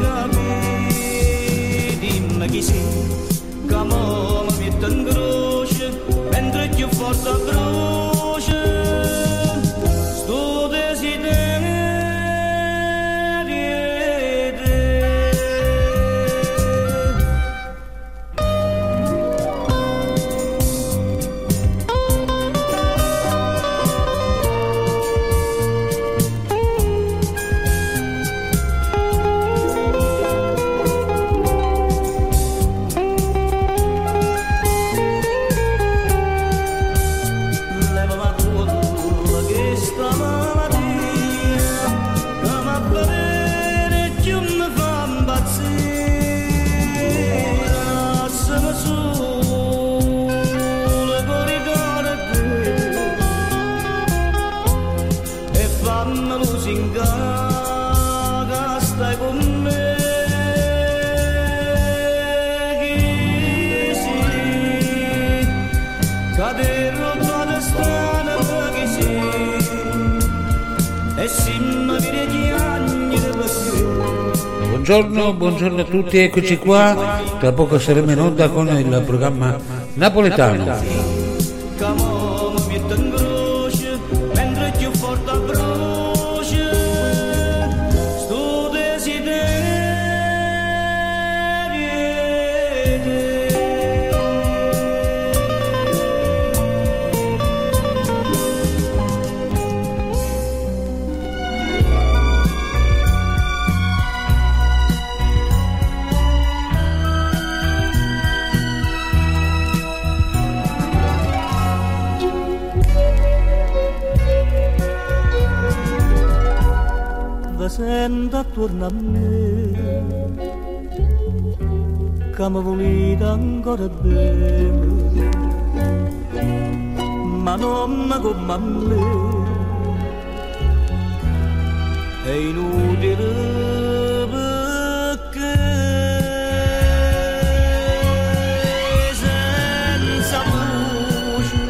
capire, dimmi chi sei, che mo mi mette in croce, mentre più forte brucia, sto desiderio di te. Buongiorno a tutti, eccoci qua, tra poco saremo in onda con il programma napoletano. Senta attorno a me, che mi volete ancora bene, ma non come a me, è inutile perché senza luce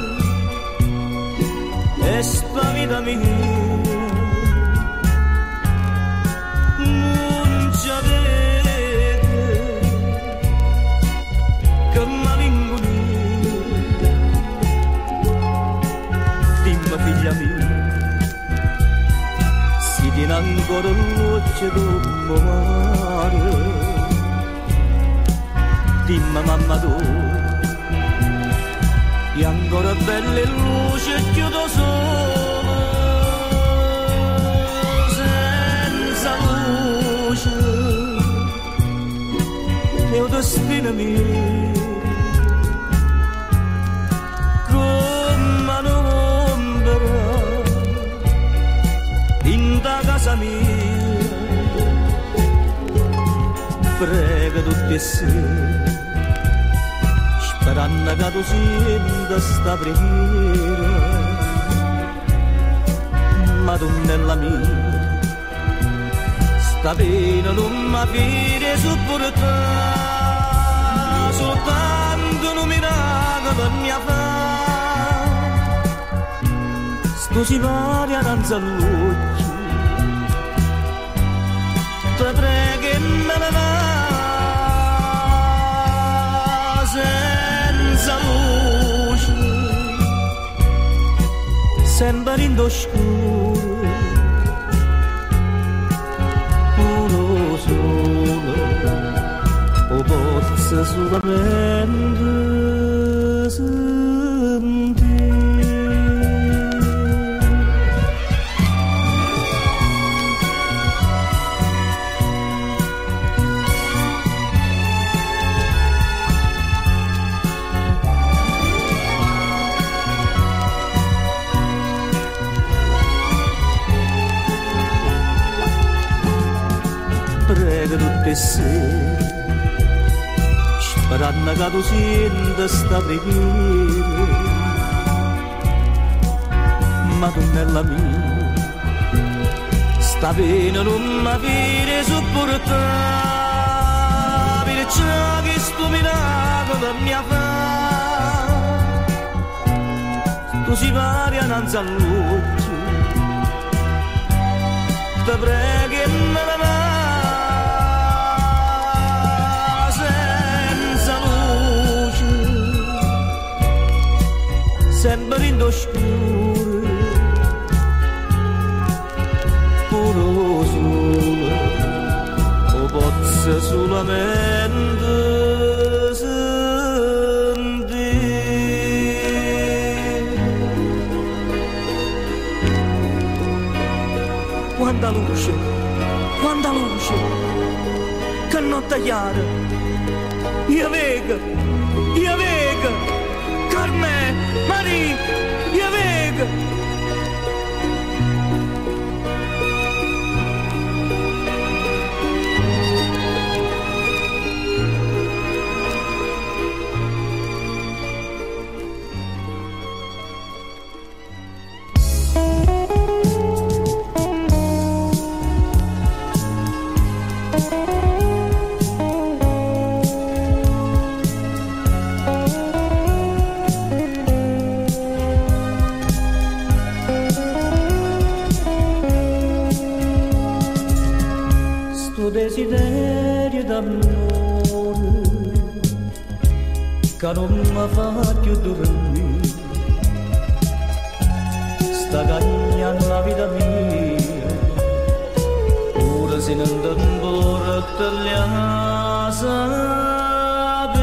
è sta vita mia. Ancora luce come mare, dimmi mamma tu, e ancora belle luce chiudo solo, senza luce, è un destino mio, come un'ombra in da casa mia, prega tutti e sé, sperando che tu senta sta preghiera, Madonnella mia, sta pena non mi fide sopportare, soltanto un miracolo mia fa, sto si pare a danzare. Te prego e me ne va senza luce, sempre in oscuro, uno solo, o posso solamente sentire. Prega tutte sere, sperando che tu senta sta preghiera, Madonnella mia, sta pena non mi viene sopportare, perciò che sto miracolo mi fa, tu si pari annanzi all'occhio, te prego e me ne va se solamente senti. Quanta luce, che notte chiara, io vedo, Carme, Maria, io vedo. Desiderio d'amore che non mi fa più dormire, sta cagnando la vita mia, ora se non t'ancora tagliata,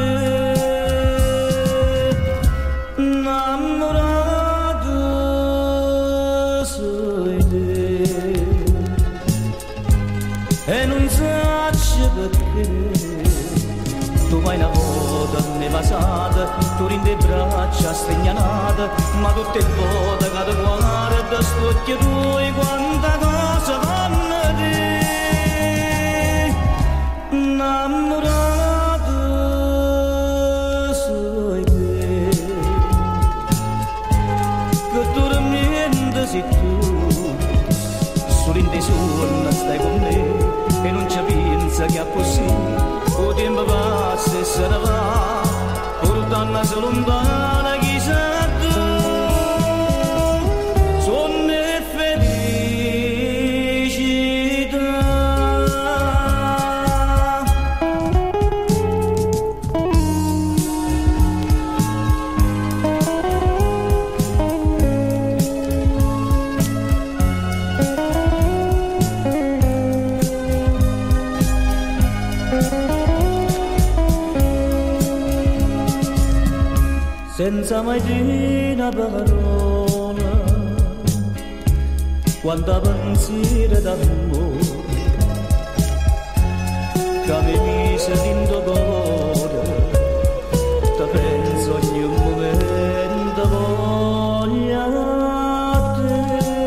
innamorato sei te, e non saccio perché tu vai una volta ne passata, tu rinde braccia stegnanata, ma tutte le volte che ti guarda spocchia tuoi quanta cosa vanno te, innamorato sei te, che dormiendo sei tu, solo in te sonno stai con me. E non ci pensa che è possibile, o tempo passa e se ne va, portandosi lontana chissà tu, sonno e felicità. Senza mai dire una parola, quanta pensiero d'amore, che mi mise dentro cuore, te penso ogni momento voglia te.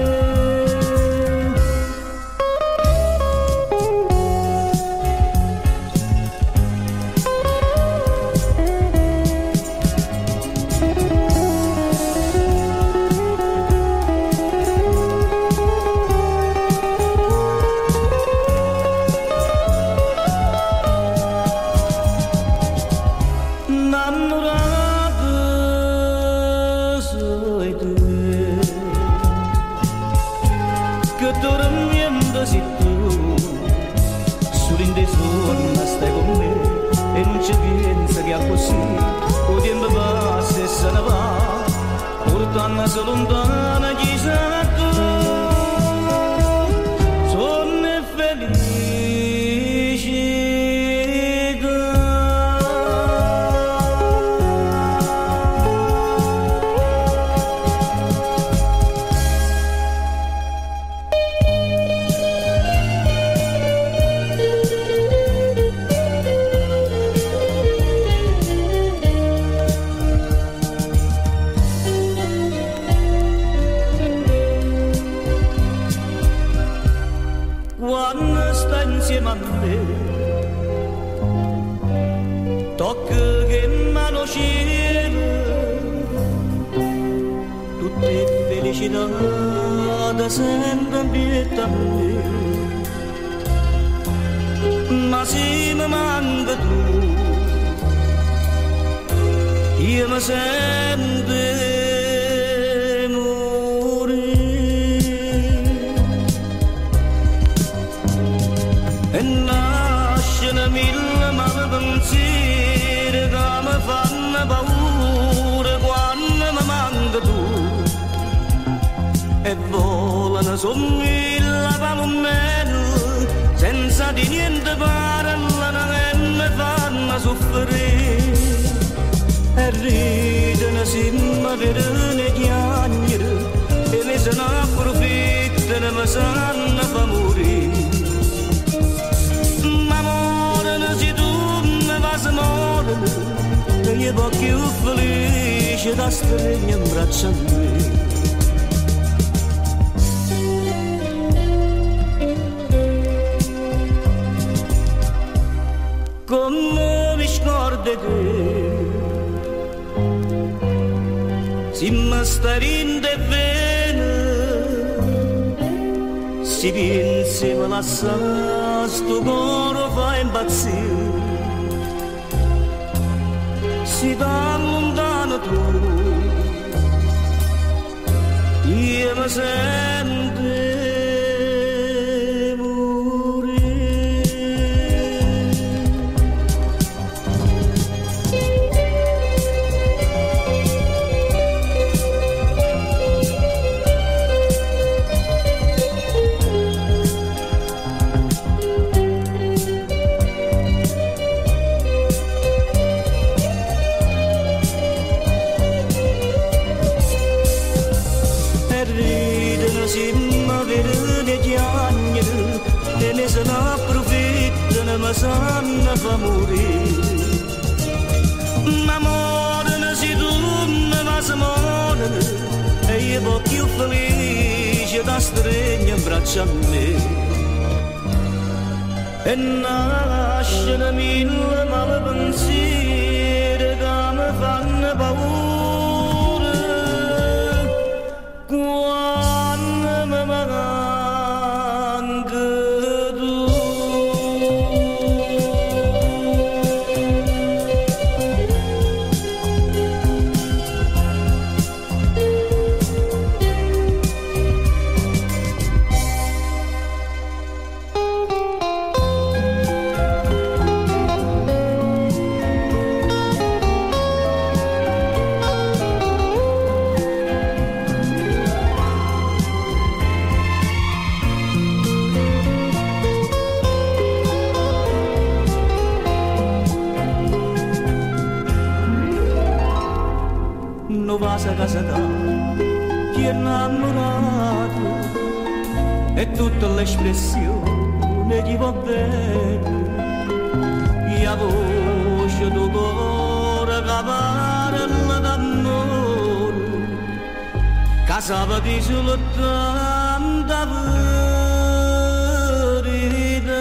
Se lontana chissà tu, sonno e felicità. Quando sta insieme a me, tocca che mano cielo, tutte felicità da sempre ambietta a me, ma se mi manca tu, io mi sento e nascono mille male pensieri che mi fanno paura quando mi manca tu, e volano sogni la palomella senza di niente parlare da soffrire e ridono simma vedere chiagnere e mi se ne approfittano mi sanno fa morire ma morano se tu mi vas a morire e io po' più felice da stringere in braccio a me. Come mi scordo che si mi sta rinde bene si pensi me lascia sto coro fa impazzire si da lontano tu io mi sento se ne approfittano ma sanno fa morire ma morano se tu ma se morano e io po' più felice da stringere in braccio a me e nascono mille male pensieri che mi fanno paura quando mi manca a casa da chi è innamorato e tutta l'espressione di va bene la voce del cuore che parla d'amore che sa di solo tanta verità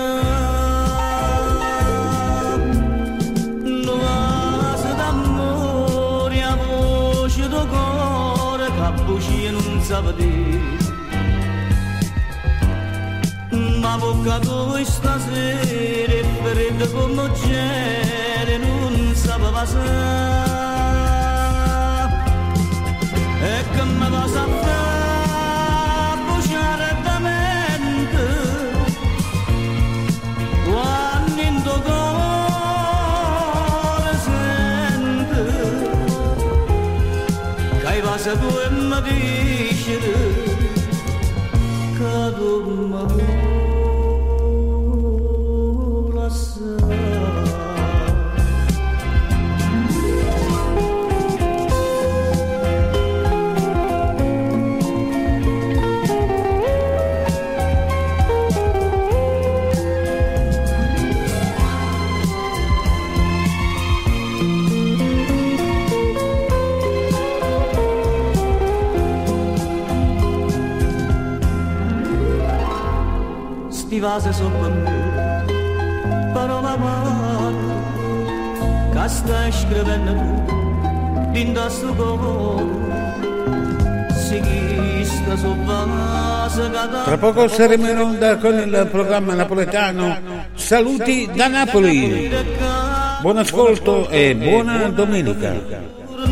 e non sa vedere ma bocca tu stasera è fredda come gelo non sa passare e che mi va a fare bruciare da mente quando in tuo cuore sente che hai passato tu e mi dici che tu mi vuoi lasciare. Sti vasi sono per me, parola male, che stai scrivendo tu, dinda sto cuore, si chista su vasi che da... Tra poco saremo in onda con il programma napoletano Saluti da Napoli. Buon ascolto e buona domenica.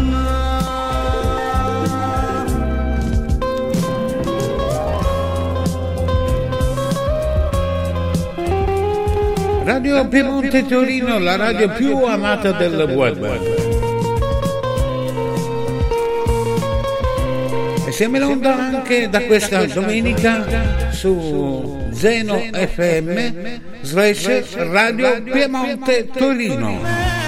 Radio Piemonte Torino, la radio più amata del web. E siamo in onda anche da questa domenica su Zeno FM / Radio Piemonte Torino.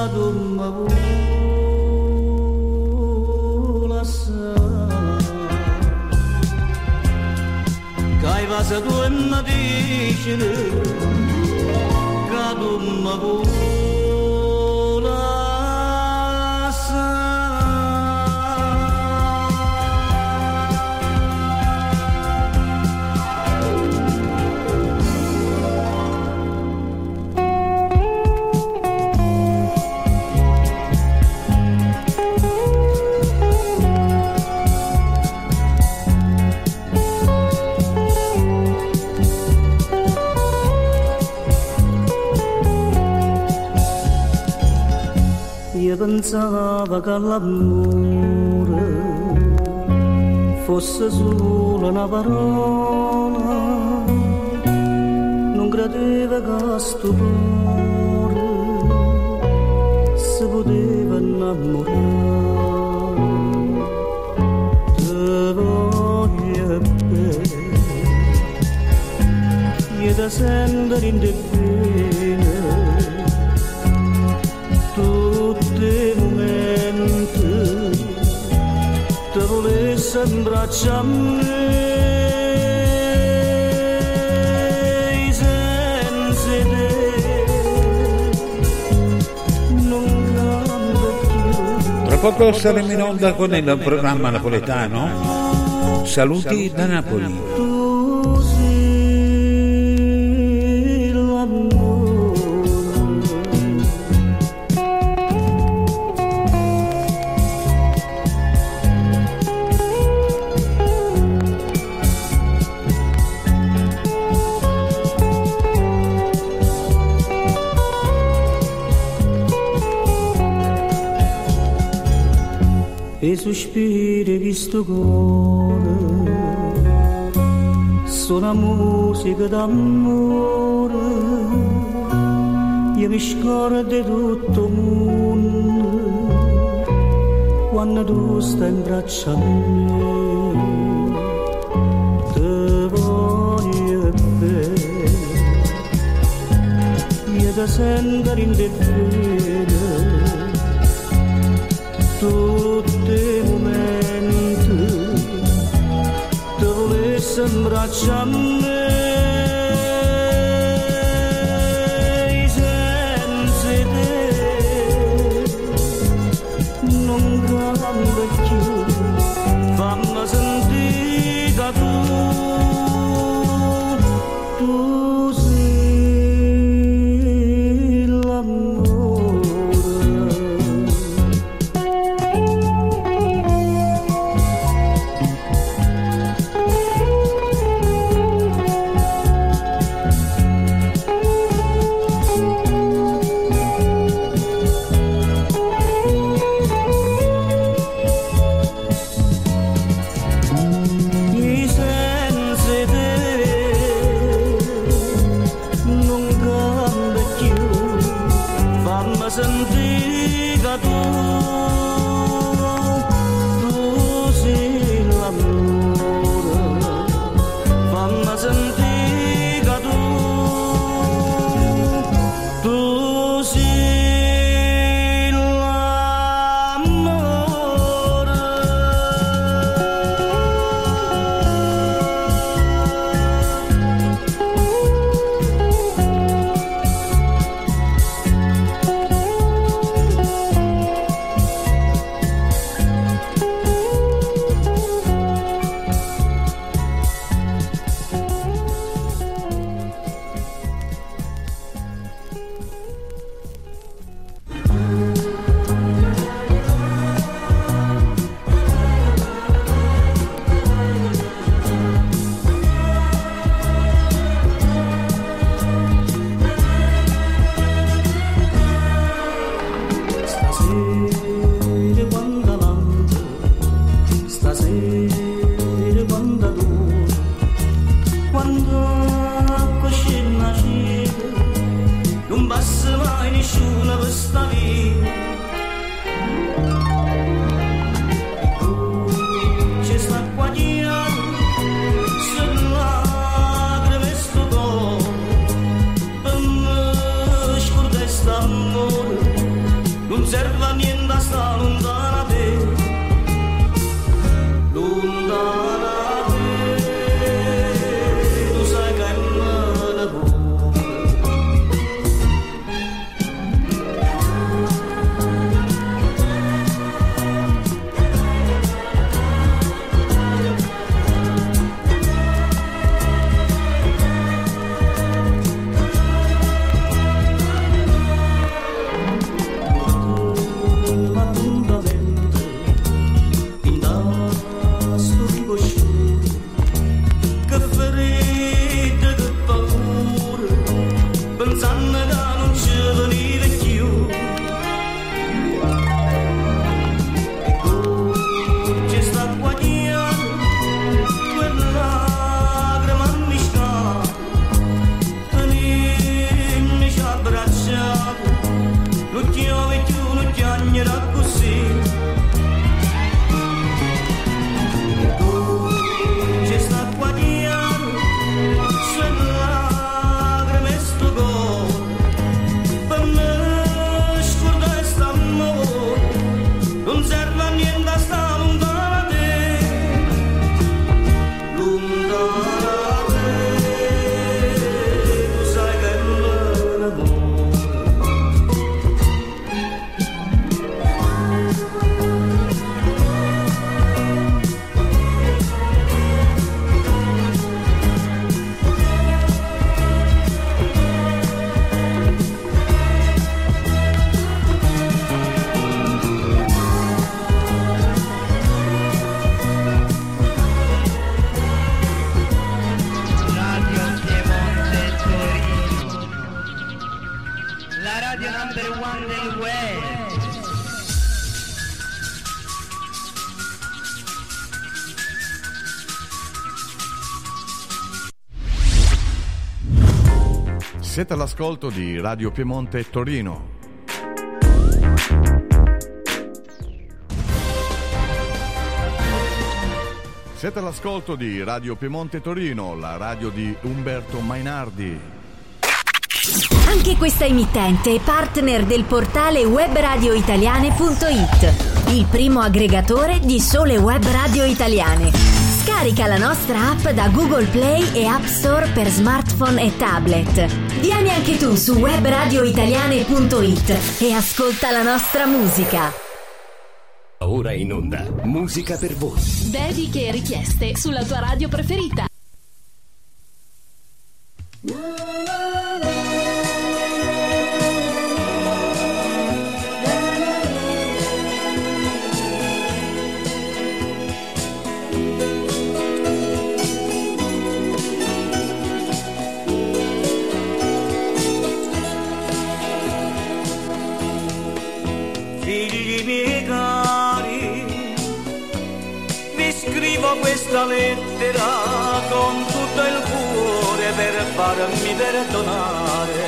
Pensava che l'amore fosse solo una parola, non credeva che sto cuore si poteva innamorare. Te voglio bene, io ti sento in te bene, tutti i momenti te volessi abbracciarmi senza te non cambia più. Tra poco saremo in onda con il programma napoletano Saluti da Napoli. E sospiri di sto cuore suona musica d'amore, io mi scordo di tutto il mondo quando tu stai in braccio a me. Te voglio bene, io ti sento in te bene, tutti i momenti te volessi abbracciarmi senza te non cambia più. Fammi sentire che tu sei l'amore. number one nel web. Siete all'ascolto di Radio Piemonte Torino. Siete all'ascolto di Radio Piemonte Torino, la radio di Umberto Mainardi. Anche questa emittente è partner del portale webradioitaliane.it, il primo aggregatore di sole web radio italiane. Scarica la nostra app da Google Play e App Store per smartphone e tablet. Vieni anche tu su webradioitaliane.it e ascolta la nostra musica. Ora in onda, musica per voi. Dediche e richieste sulla tua radio preferita. Figli miei cari, vi scrivo questa lettera con tutto il cuore per farmi perdonare.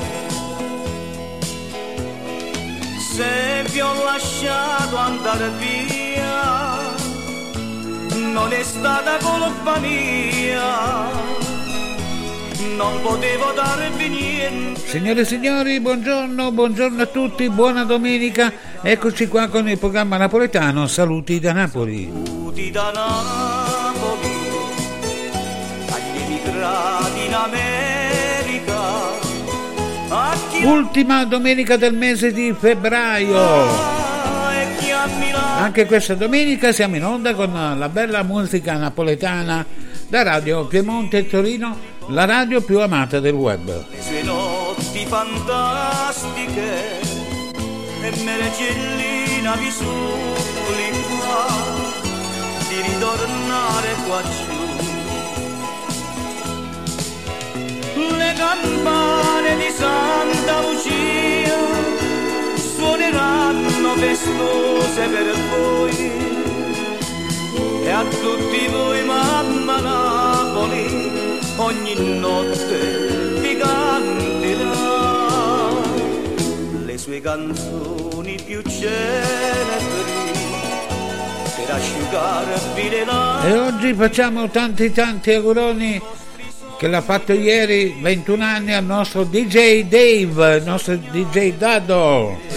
Se vi ho lasciato andare via, non è stata colpa mia. Non potevo darvi niente. Signore e signori, buongiorno a tutti, buona domenica. Eccoci qua con il programma napoletano Saluti da Napoli. Saluti da Napoli agli emigrati in America, a chi Ultima domenica del mese di febbraio. e chi a Milano. Anche questa domenica siamo in onda con la bella musica napoletana da Radio Piemonte Torino, la radio più amata del web. Le sue notti fantastiche e Meregellina vi supplica di ritornare qua giù. Le campane di Santa Lucia suoneranno festose per voi e a tutti voi mamma Napoli ogni notte vi canterà le sue canzoni più celebri per asciugarvi le lacrime. E oggi facciamo tanti auguroni che l'ha fatto ieri, 21 anni, al nostro DJ Dave, il nostro DJ Dado.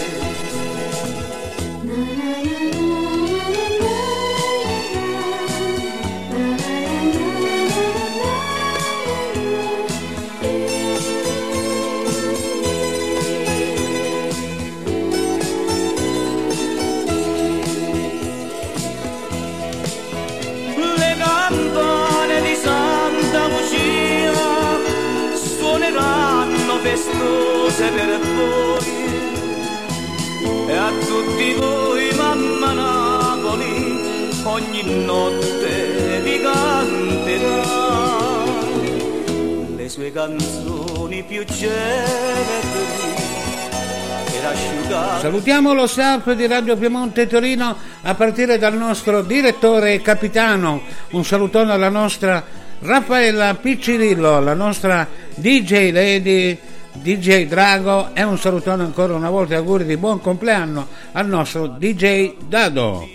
Festose per voi e a tutti voi mamma Napoli ogni notte vi canterà le sue canzoni più celebri per asciugare. Salutiamo lo staff di Radio Piemonte Torino a partire dal nostro direttore e capitano. Un salutone alla nostra Raffaella Piccirillo, la nostra DJ Lady, DJ Drago, e un salutone ancora una volta, auguri di buon compleanno al nostro DJ Dado.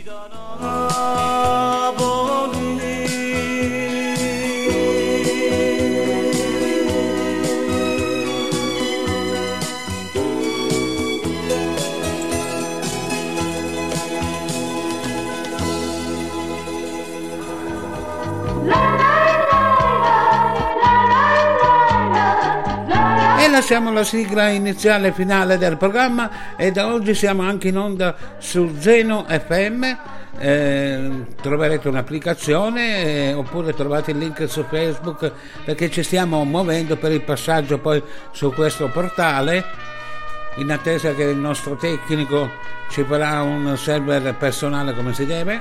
E lasciamo la sigla iniziale e finale del programma, e da oggi siamo anche in onda su Zeno FM. Troverete un'applicazione oppure trovate il link su Facebook, perché ci stiamo muovendo per il passaggio poi su questo portale, in attesa che il nostro tecnico ci farà un server personale come si deve.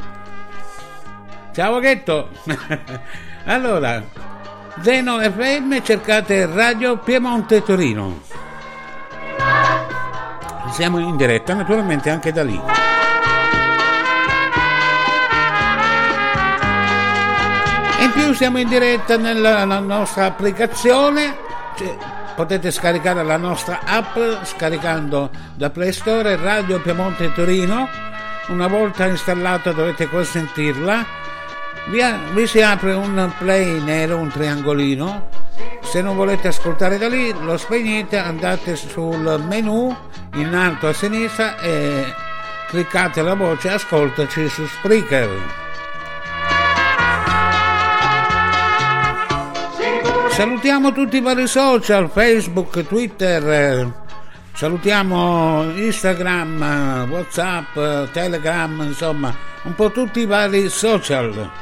Ciao Ghetto. Allora, Zeno FM, cercate Radio Piemonte Torino. siamo in diretta naturalmente anche da lì. E in più siamo in diretta nella nostra applicazione, potete scaricare la nostra app scaricando da Play Store Radio Piemonte Torino. Una volta installata dovete consentirla, vi si apre un play nero, un triangolino. Se non volete ascoltare da lì lo spegnete, andate sul menu in alto a sinistra e cliccate la voce ascoltaci su Spreaker. Salutiamo tutti i vari social, Facebook, Twitter, salutiamo Instagram, WhatsApp, Telegram, insomma un po' tutti i vari social.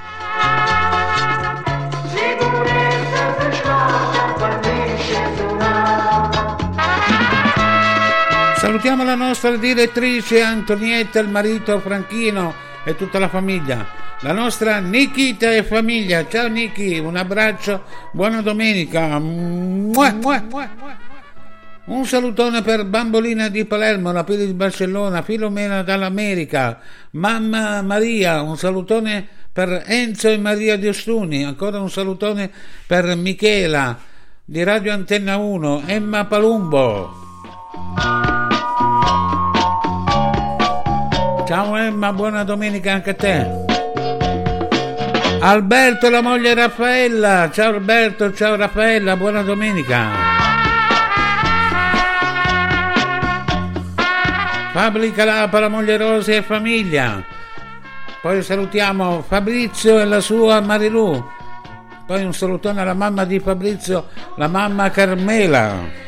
Salutiamo la nostra direttrice Antonietta, il marito Franchino e tutta la famiglia, la nostra Nikita e famiglia. Ciao Niki, un abbraccio, buona domenica. Un salutone per Bambolina di Palermo, la Pili di Barcellona, Filomena dall'America, mamma Maria, un salutone per Enzo e Maria di Ostuni, ancora un salutone per Michela di Radio Antenna 1, Emma Palumbo. Ciao Emma, buona domenica anche a te. Alberto e la moglie Raffaella, ciao Alberto, ciao Raffaella, buona domenica. Fabri Calapa, la moglie Rosi e famiglia. Poi salutiamo Fabrizio e la sua Marilù. Poi un salutone alla mamma di Fabrizio, la mamma Carmela.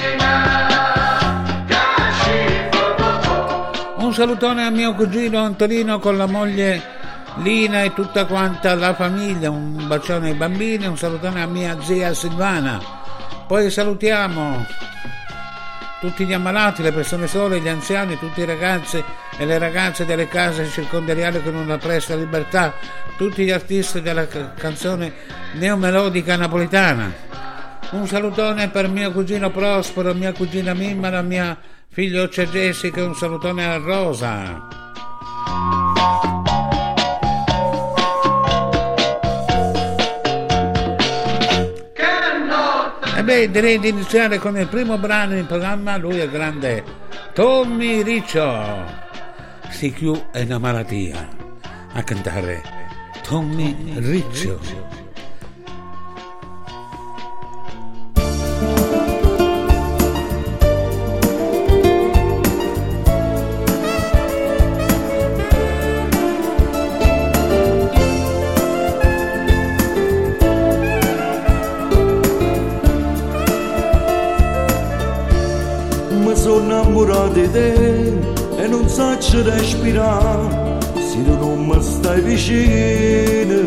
Un salutone a mio cugino Antonino con la moglie Lina e tutta quanta la famiglia, un bacione ai bambini, un salutone a mia zia Silvana. Poi salutiamo tutti gli ammalati, le persone sole, gli anziani, tutti i ragazzi e le ragazze delle case circondariali con una presta libertà, tutti gli artisti della canzone neomelodica napolitana. Un salutone per mio cugino Prospero, mia cugina Mimma, la mia figlioccia Jessica, un salutone a Rosa. E beh, direi di iniziare con il primo brano in programma. Lui è grande Tommy Riccio. Si chiù è una malattia. A cantare Tommy Riccio. Sono innamorato di te e non saccio respirare se tu non mi stai vicino.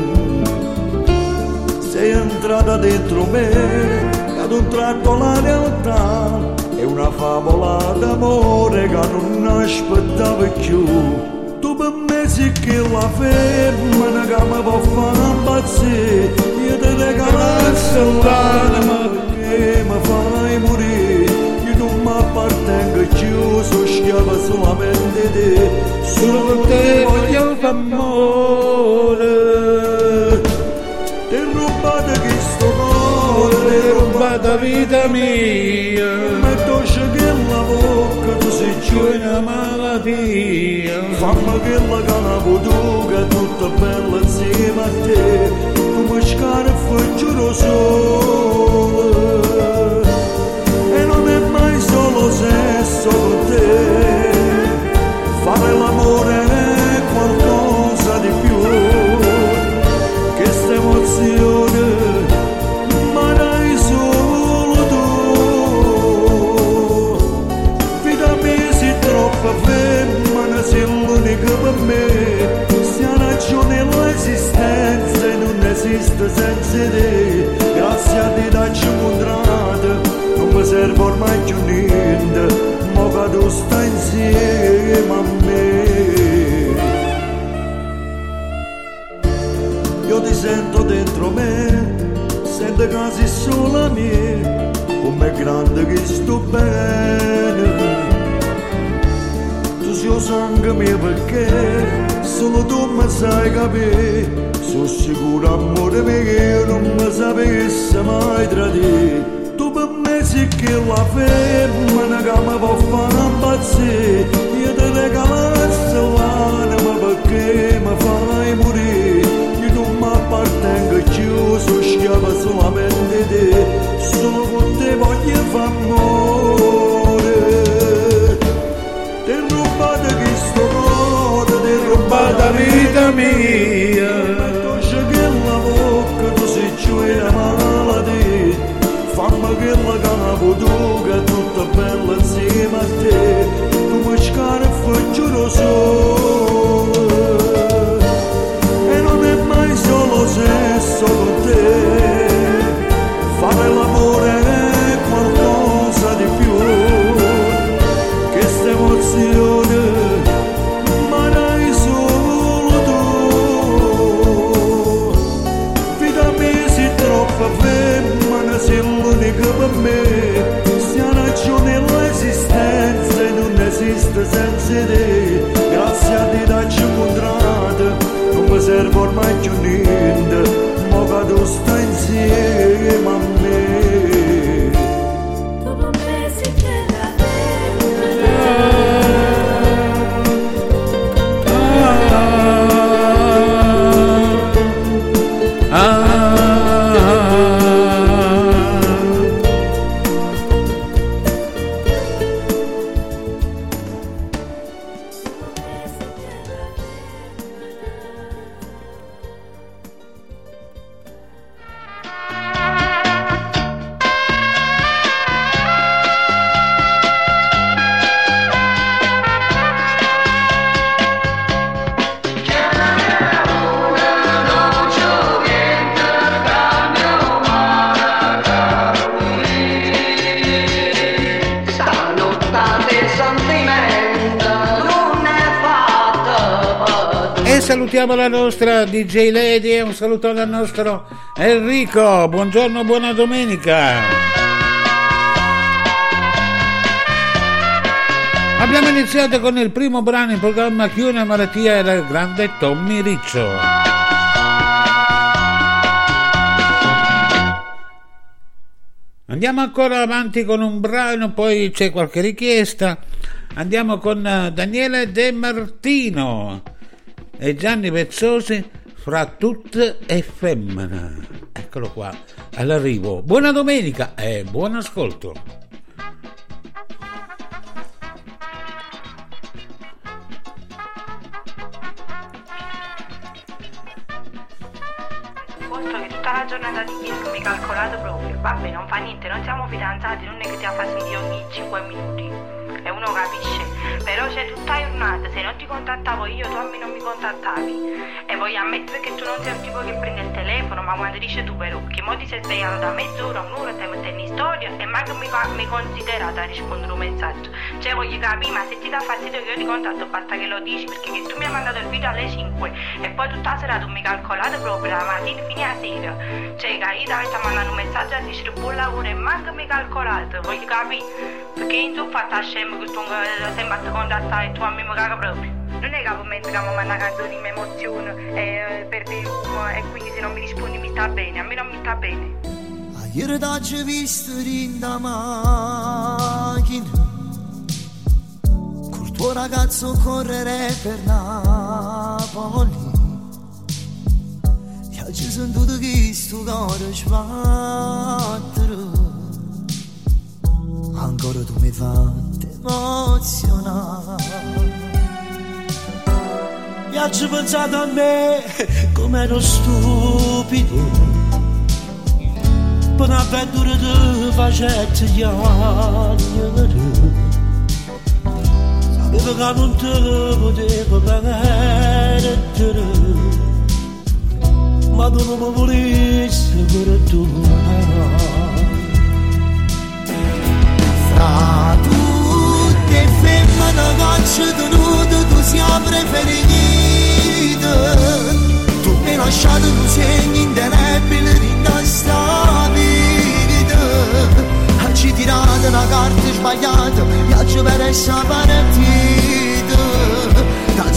Sei entrata dentro me che ad un tratto la realtà è una favola d'amore che non aspettavo più. Tu per me sei che la femmina che mi può fare impazzire, io ti regalo l'anima perché mi farai morire. Non mi appartengo più, sono schiava solamente te, solo per te voglio amore. Ti ho rubato questo cuore, ti ho rubato vita mia, ma dolce che la bocca, tu sei giù una malattia. Fammi che la canapo tu, che è tutta bella insieme a te, tu mi scari e fai giuro solo. Solo sesso con te, fare l'amore è qualcosa di più che sta emozione, ma dai solo tu. Vita mia sei troppa femmina, sei l'unica per me, sia ragione l'esistenza e non esiste senza te. Grazie a te da ci incontrato, non mi serve ormai più niente, mo che tu stai insieme a me. Io ti sento dentro me, sento che sei sola mia, com'è grande che sto bene. lo sangue mio perché solo tu mi sai capire. Sono sicuro amore mio che io non mi sapessi mai tradire. Tu per me sei che la femmina che mi può fare impazzire. Io ti regalassi l'anima perché mi fai morire. Io non mi appartengo più, sono schiava solamente te. Solo con te voglio fare amore. Ti ho rubato questo cuore, ti ho rubato la vita mia. Che la bocca tu sei giù una malattia. Fammi che la capo tu che è tutta bella insieme a te. Tu mi scari e fai giuro solo. E non è mai solo sesso con te. Fare l'amore è qualcosa di più. Che sta emozione ma dai solo tu. Vita mia sei troppo femmina, sei l'unica per me. Sia ragione l'esistenza e non esiste senza te. Grazie a te ti ho incontrato, non mi serve ormai più niente. Mo che tu stai insieme a me. Dopo mesi che la Salutiamo la nostra DJ Lady e un saluto al nostro Enrico. Buongiorno, buona domenica. Abbiamo iniziato con il primo brano in programma Chi una malattia era il grande Tommy Riccio. Andiamo ancora avanti con un brano, poi c'è qualche richiesta. Andiamo con Daniele De Martino e Gianni Vezzosi, Fra tutte e femmina. Eccolo qua, all'arrivo. Buona domenica e buon ascolto. Posto che tutta la giornata di ieri non mi calcolato proprio. Vabbè, non fa niente, non siamo fidanzati, non è che ti ha fastidio ogni 5 minuti. E uno capisce, però c'è tutta la giornata, se non ti contattavo io, tu a me non mi contattavi. E voglio ammettere che tu non sei un tipo che prende il telefono, ma quando dici tu per occhi, mo ti sei svegliato da mezz'ora, un'ora, ti metti in storia e manco mi considerata a rispondere un messaggio. Cioè voglio capire, ma se ti dà fastidio che io ti contatto, basta che lo dici, perché che tu mi hai mandato il video alle 5 e poi tutta la sera tu mi hai calcolato proprio la mattina fino a sera. Cioè che io ti ho mandato un messaggio a dire buon lavoro e manco mi hai calcolato, voglio capire, perché io tu ho fatto a scemo che tu sembra ti contattare e tu a me mi caga proprio. Non è che mentre che mi manda canzoni mi emoziono e perde l'uomo e quindi se non mi rispondi mi sta bene, a me non mi sta bene. Ieri t'ho visto in da macchina col tuo ragazzo correre per Napoli. E oggi sentito che sto cuore sbattere, ancora tu mi fai emozionare. E oggi pensato a me come ero stupido, per una avventura di facetti gli anni. Sapevo che non te potevo perdere, ma tu non mi volessi perdonare. Fra tutte le femmine che ci tenuto tu sia preferita. Tu mi hai lasciato un segno indelebile di nostra vita. Ci tirato una carta sbagliata e oggi per essa partita.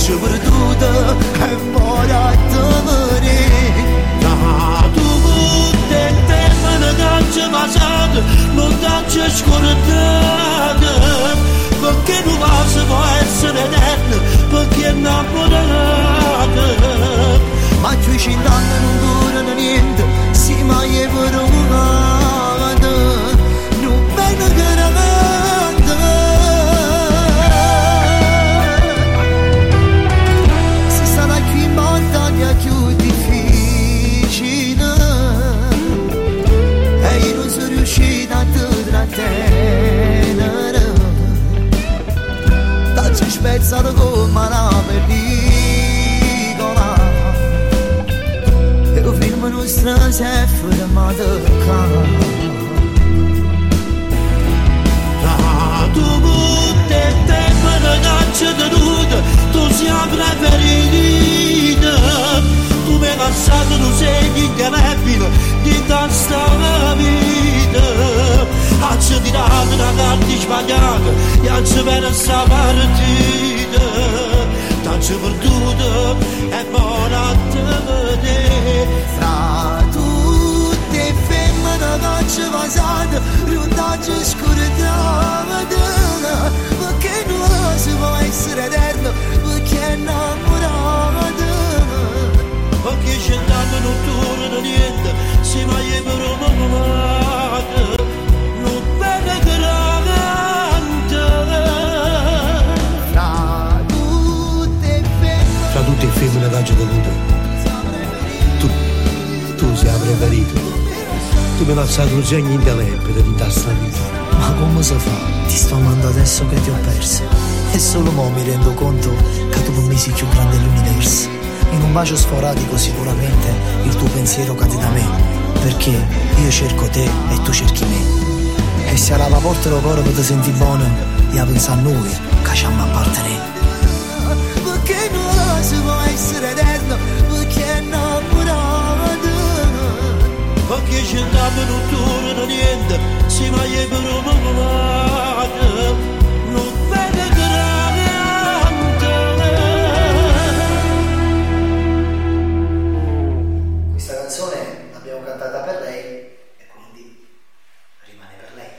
T'ho perduto e ora te vedere. Tu te fermano che passato, non t'ho scordato. Perché non si può essere eterno, perché è innamorato. Ma tu 100 anni non durano niente, si mai è provato. Non bene grande. Si sarà qui in montagna più difficile e io non sono riuscita a te trattenere. T'ho spezzato come una pellicola e il film nostro si è fermato qua. Tu butti il tempo da caccia tenuta, tu sei preferita. Tu mi hai lasciato un segno indelebile di tanta vita. Faccio tirato da carta sbagliata e faccio per sta partita. T'ho perduto e ora te vedere. Fra tutte le femmine che ci passate, non t'ho scordato. Perché non si può essere eterno, perché è innamorato. Perché 100 anni non durano niente, si mai è provato. Non bene grande. Fra tutte le femmine che ci tenuto, tu sei la preferita. Tu mi hai lasciato un segno indelebile di tanta vita. Ma come si fa? Ti sto amando adesso che ti ho perso. E solo mo mi rendo conto che tu per me sei più grande dell'universo. In un bacio sporadico sicuramente il tuo pensiero cade da me, perché io cerco te e tu cerchi me. E se alla porta lo coro che ti senti buono, io penso a noi che ci abbiamo appartenere. Perché non si può essere eterno, perché è innamorato. Perché 100 anni non durano niente, si mai è provato. Non vede grande. Questa canzone l'abbiamo cantata per lei e quindi rimane per lei.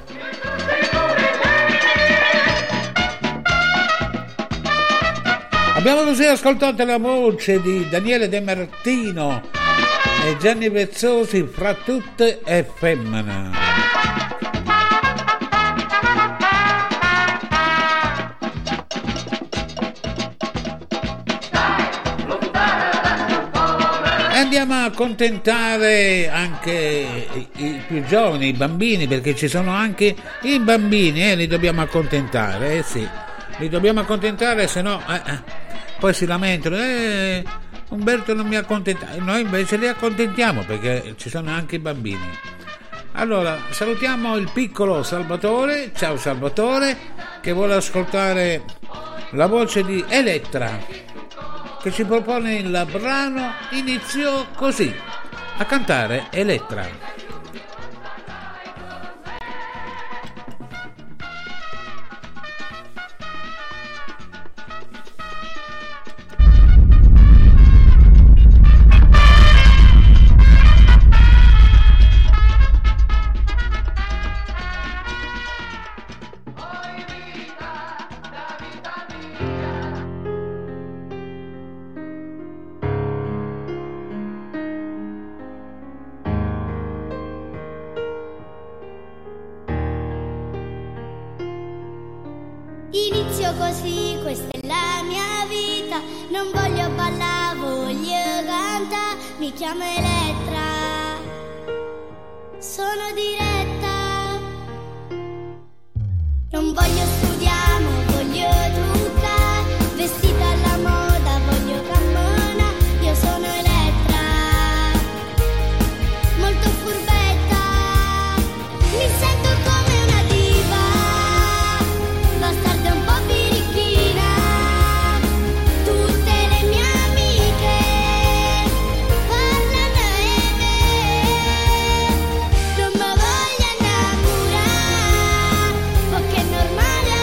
Abbiamo così ascoltato la voce di Daniele De Martino e Gianni Vezzosi, Fra tutte e femmine. Andiamo a accontentare anche i più giovani, i bambini, perché ci sono anche i bambini, li dobbiamo accontentare, sì, li dobbiamo accontentare, se no poi si lamentano, Umberto non mi accontenta, noi invece li accontentiamo perché ci sono anche i bambini. Allora salutiamo il piccolo Salvatore, ciao Salvatore, che vuole ascoltare la voce di Elettra, che ci propone il brano Iniziò così, a cantare Elettra. Inizio così, questa è la mia vita. Non voglio ballare, voglio cantare. Mi chiamo Elettra, sono diretta. Non voglio studiare, ma voglio truccare. Vestita alla moda, voglio cammona. Io sono Elettra, molto furbetta. Mi sento come una diva, bastarda un po' birichina. Tutte le mie amiche parlano e me non mi voglio innamorare, perché è normale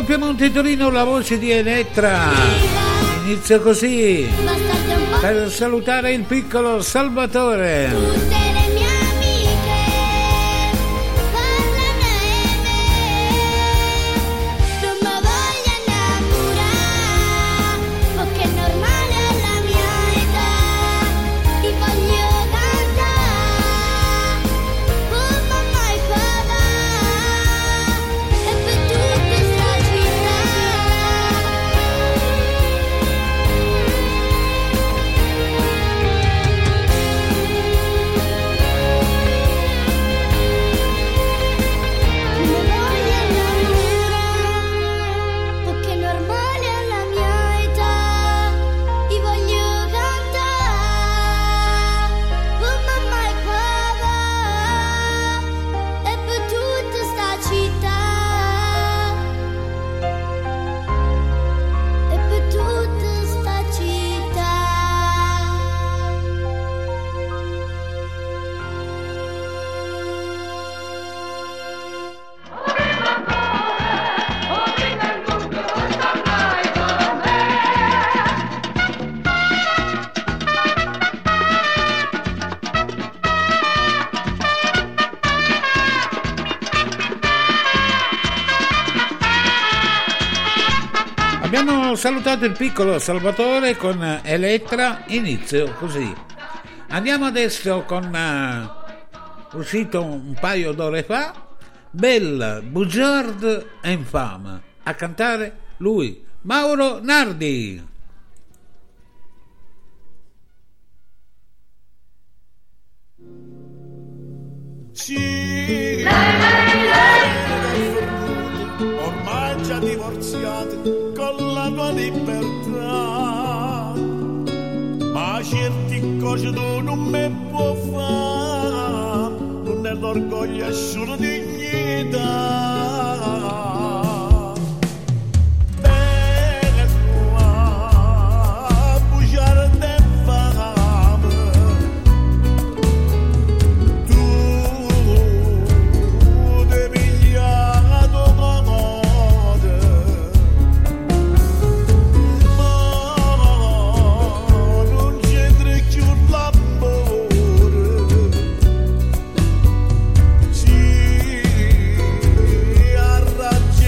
Piemonte Torino, la voce di Elettra. Inizia così per salutare il piccolo Salvatore. Abbiamo salutato il piccolo Salvatore con Elettra, inizio così. Andiamo adesso con uscito un paio d'ore fa, Belle, Bugiard e Infame. A cantare lui, Mauro Nardi. Sì, ormai già divorziati con la tua libertà, ma certi cose tu non mi puoi fare, non è l'orgoglio, è solo dignità. Sì,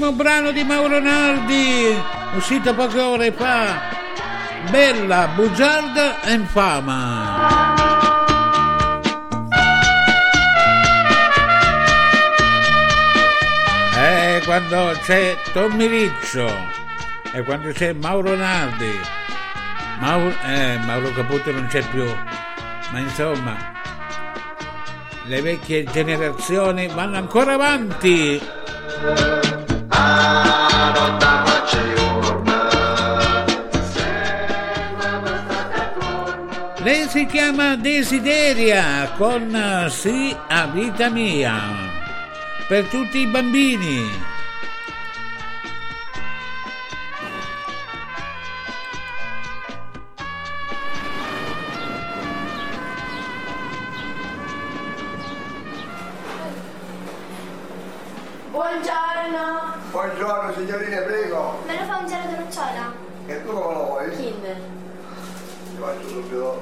primo brano di Mauro Nardi, uscito poche ore fa, Bella, bugiarda e infama. Quando c'è Tommy Riccio e quando c'è Mauro Nardi, Mauro Caputo non c'è più, ma insomma le vecchie generazioni vanno ancora avanti. Lei si chiama Desideria con Sì a vita mia, per tutti i bambini. Buongiorno. Buongiorno signorine, prego. Me lo fa un gelato nocciola? E tu come lo vuoi? Kinder. Ti faccio subito.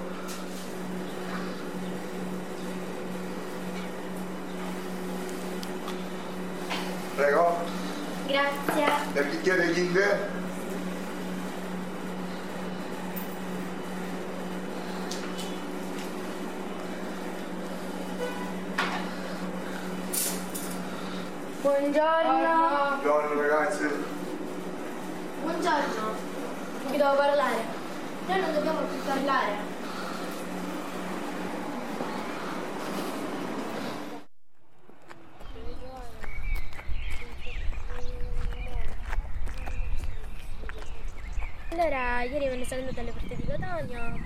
Prego. Grazie. Del bicchiere Kinder? Buongiorno. Buongiorno ragazzi. Buongiorno. Vi devo parlare. Noi non dobbiamo più parlare. Allora, ieri me ne sono andata alle porte di Catania.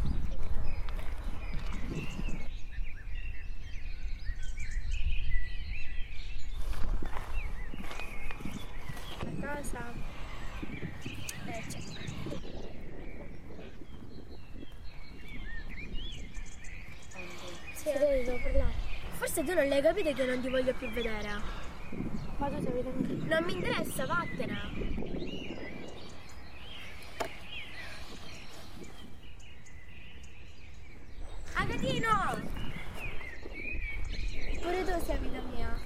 Casa. C'è. Sì, adesso devo parlare. Forse tu non l'hai capito che non ti voglio più vedere. Ma tu sei vedendo? Non mi interessa, vattene. Agatino! Pure tu sei vita mia.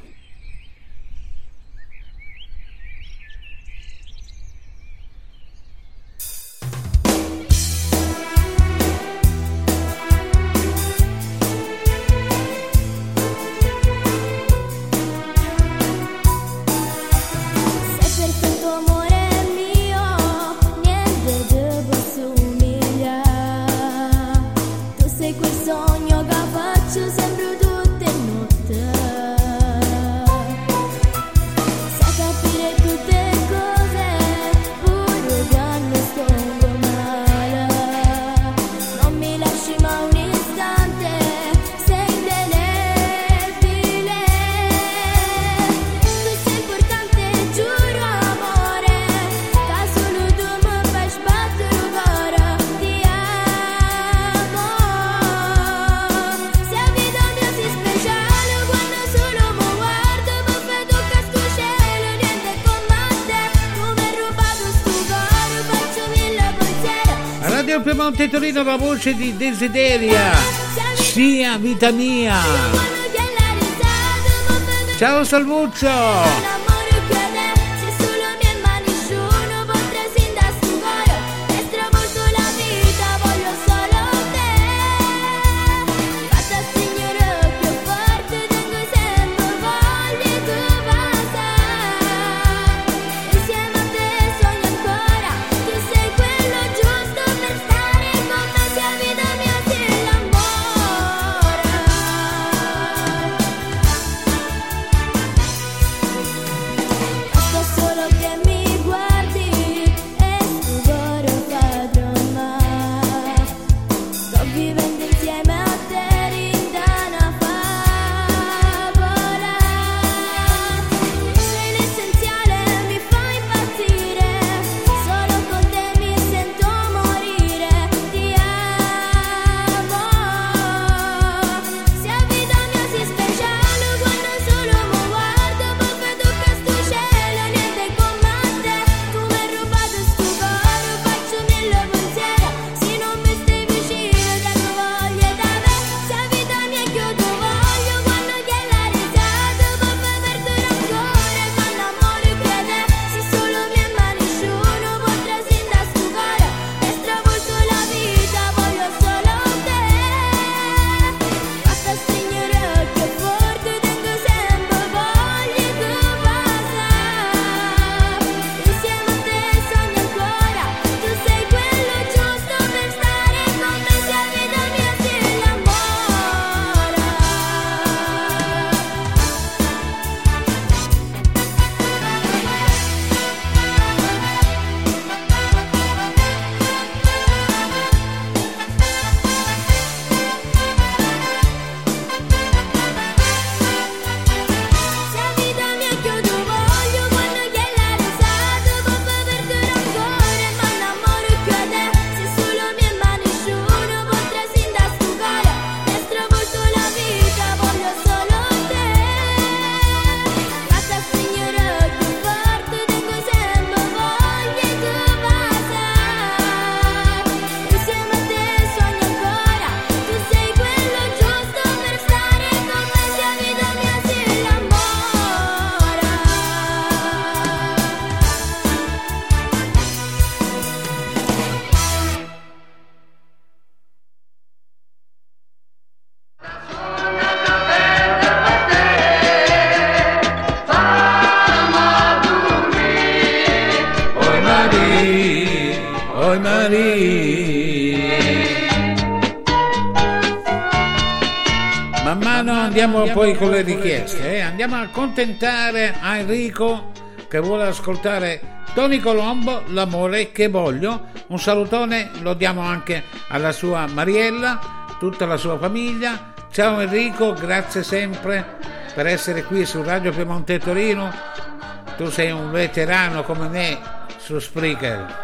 Piemonte Torino, la voce di Desideria, sia vita mia. Ciao Salvuccio. Man mano andiamo poi con le richieste, andiamo a accontentare a Enrico che vuole ascoltare Tony Colombo, L'amore che voglio. Un salutone lo diamo anche alla sua Mariella, tutta la sua famiglia. Ciao Enrico, grazie sempre per essere qui su Radio Piemonte Torino. Tu sei un veterano come me su Spreaker.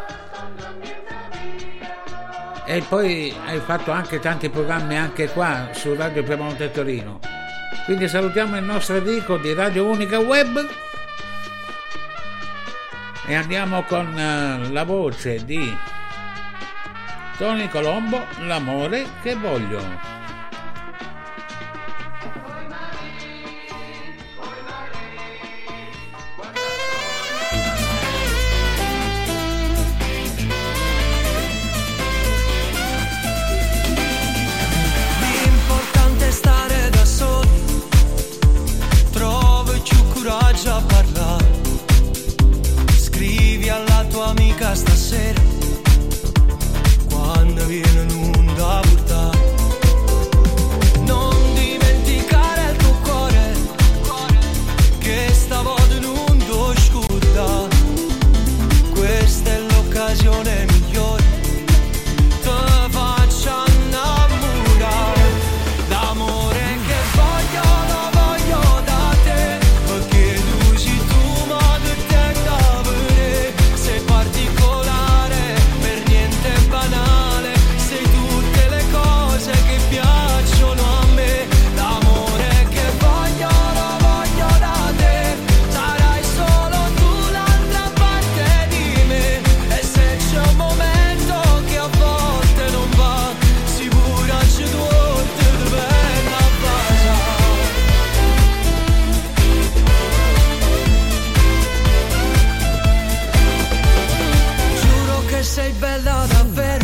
E poi hai fatto anche tanti programmi anche qua su Radio Piemonte Torino. Quindi salutiamo il nostro Enrico di Radio Unica Web e andiamo con la voce di Tony Colombo, L'amore che voglio. Coraggio a parlare, scrivi alla tua amica stasera quando viene un'onda a portare. Non dimenticare il tuo cuore che stavolta non ti scorda. Questa è l'occasione migliore, ti faccio innamorare. L'amore che voglio lo voglio da te. Sei bella davvero,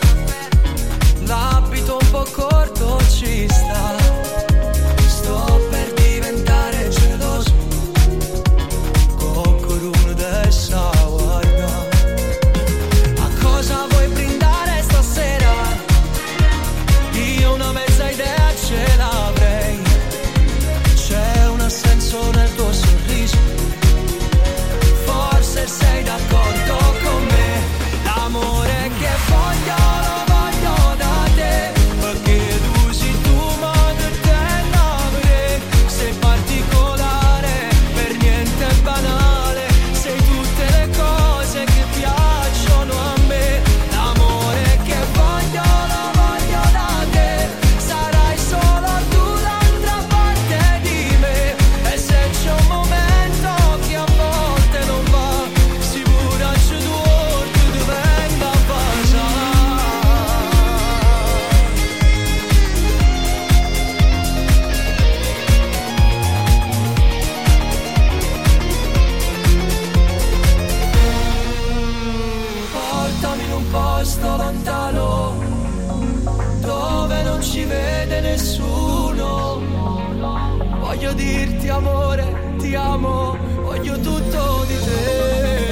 l'abito un po' corto ci sta. Sto per diventare geloso, con corona dessa guarda. A cosa vuoi brindare stasera? Io una mezza idea ce l'avrei. C'è un assenso nel tuo sorriso, forse sei d'accordo con me. L'amore che voglio lo voglio da te, perché tu sei tu ma che te innamori. Sei particolare, per niente banale, sei tutte le cose che piacciono a me. L'amore che voglio lo voglio da te, sarai solo tu l'altra parte di me. E se c'è un momento che a volte non va, sicura c'è tu. Posto lontano dove non ci vede nessuno. Voglio dirti amore, ti amo, voglio tutto di te.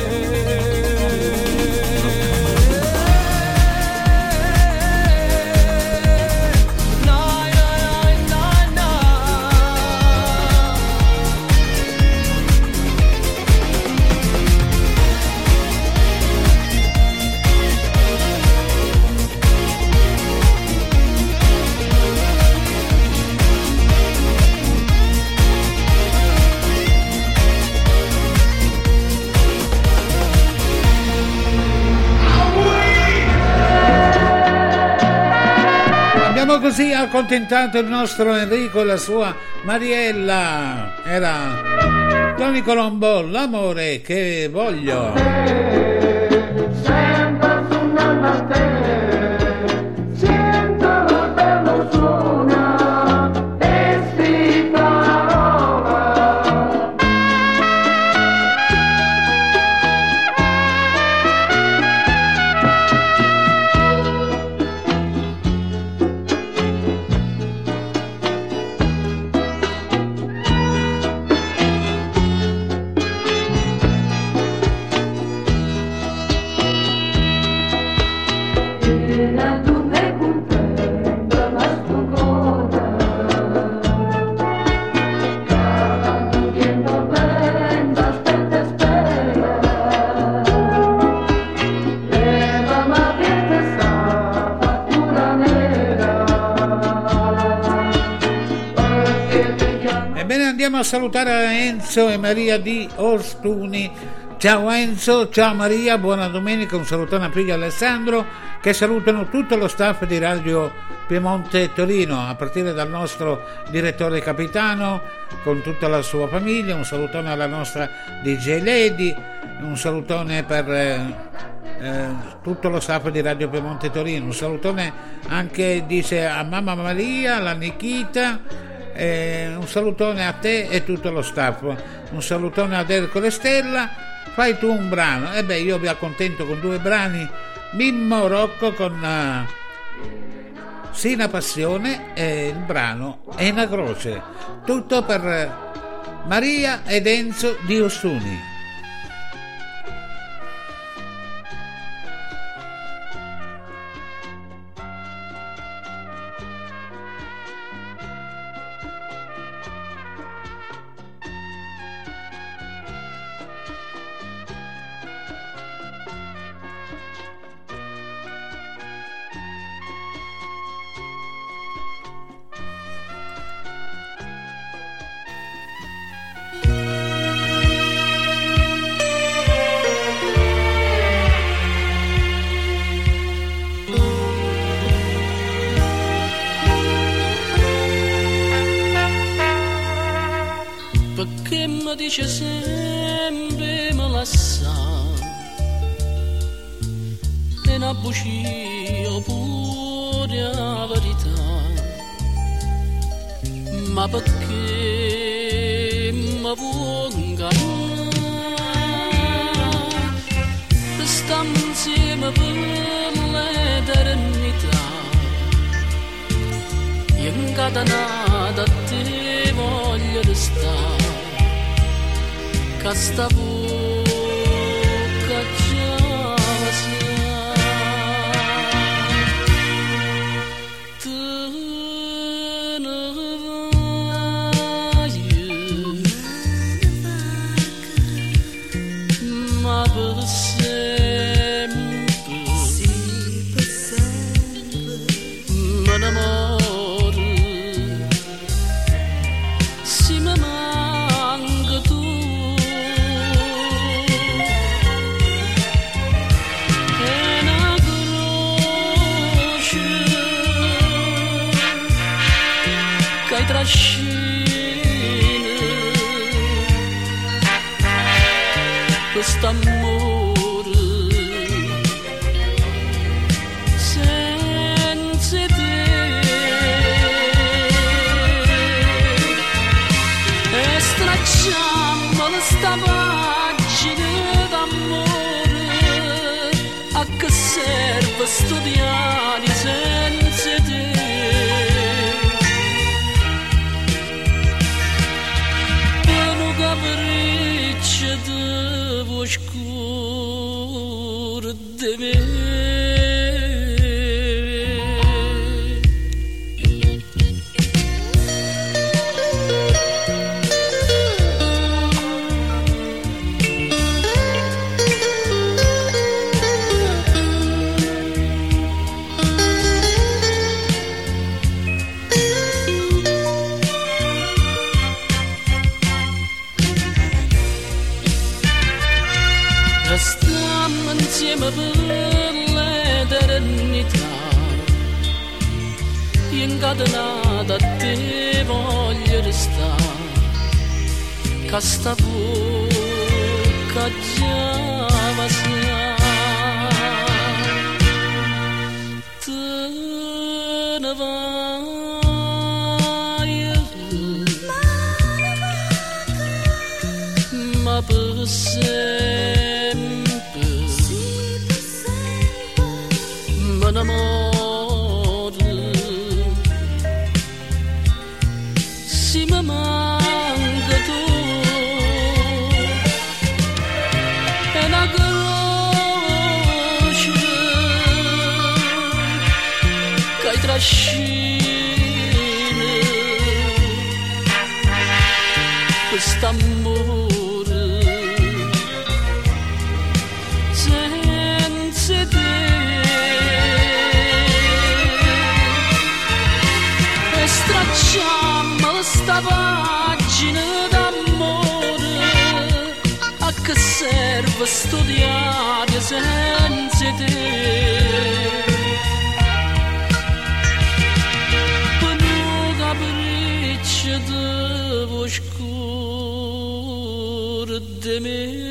Così ha accontentato il nostro Enrico e la sua Mariella. Era Tony Colombo, L'amore che voglio. andiamo a salutare Enzo e Maria di Ostuni. Ciao Enzo, ciao Maria, buona domenica, un salutone a Piglia Alessandro, che salutano tutto lo staff di Radio Piemonte Torino, a partire dal nostro direttore capitano con tutta la sua famiglia, un salutone alla nostra DJ Lady, un salutone per tutto lo staff di Radio Piemonte Torino, un salutone anche, dice, a mamma Maria, alla Nikita, un salutone a te e tutto lo staff, un salutone ad Ercole Stella. Fai tu un brano, e io vi accontento con 2 brani, Mimmo Rocco con Sina Passione e il brano È una croce, tutto per Maria ed Enzo di Ostuni. Dice sempre me la sa e una bugia pure la verità, ma perché mi vuoi ingannare? Stiamo insieme per l'eternità, incatenata a te voglio restare. Casta bocca già te ne vai, ma per sempre, me ne muore, si mi manca tu. Trascina quest'amore senza te, e stracciamo questa pagina d'amore, a che serve studiare senza te? Oscuro de me. Stiamo insieme per l'eternità, incatenata a te voglio restare, che sta bocca già vazia, te ne vai, ma per sempre, me ne muore, si mi manca tu, è una croce che trascina quest'amore che serve studiare senza te. Per un capriccio di oscuro di me.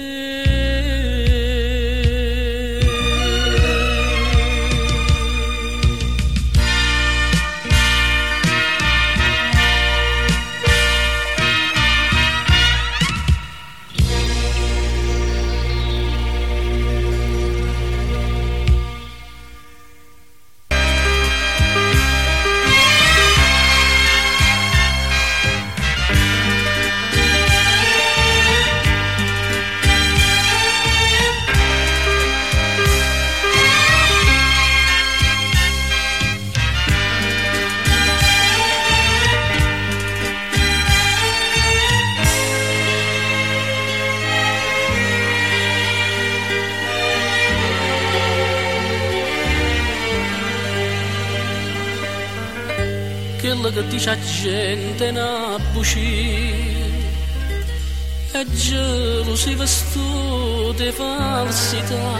Quello che dice la gente n'a buci è gelosia vestuta falsità.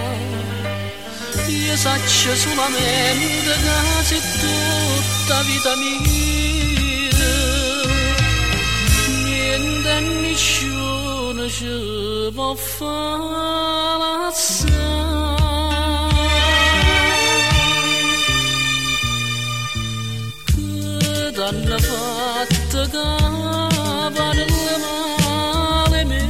Io saccio solamente che sei tutta vita mia, niente e nessuno ci può fare assai. T'hanno fatto cavare le male me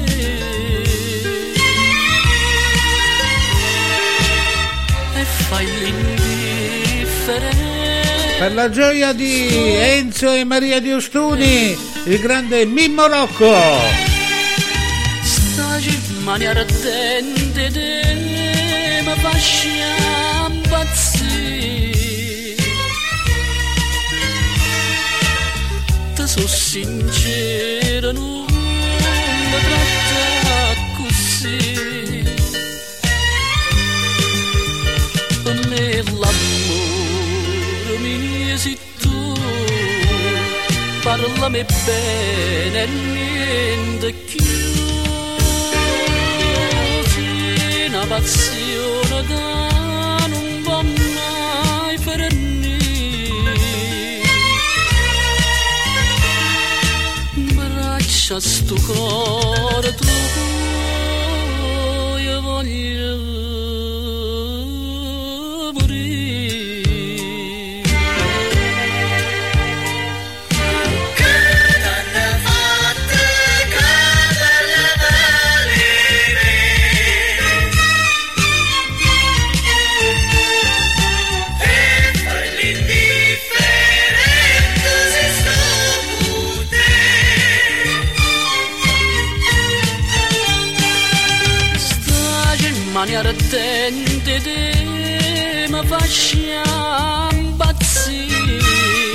e fai l'indifferente. Per la gioia di Enzo e Maria di Ostuni, il grande Mimmo Rocco. Stai mani ardente te ma fasci impazzire. Sono sincero, non mi tratta così. Nell'amore mio sei tu, parlami bene, niente più. Sei una passione che non va mai finire. Lascia sto cuore tuo, io voglio morire. Che t'hanno fatto cavare valere e fai l'indifferente se sto con te. Mani ardente te ma fasci impazzire.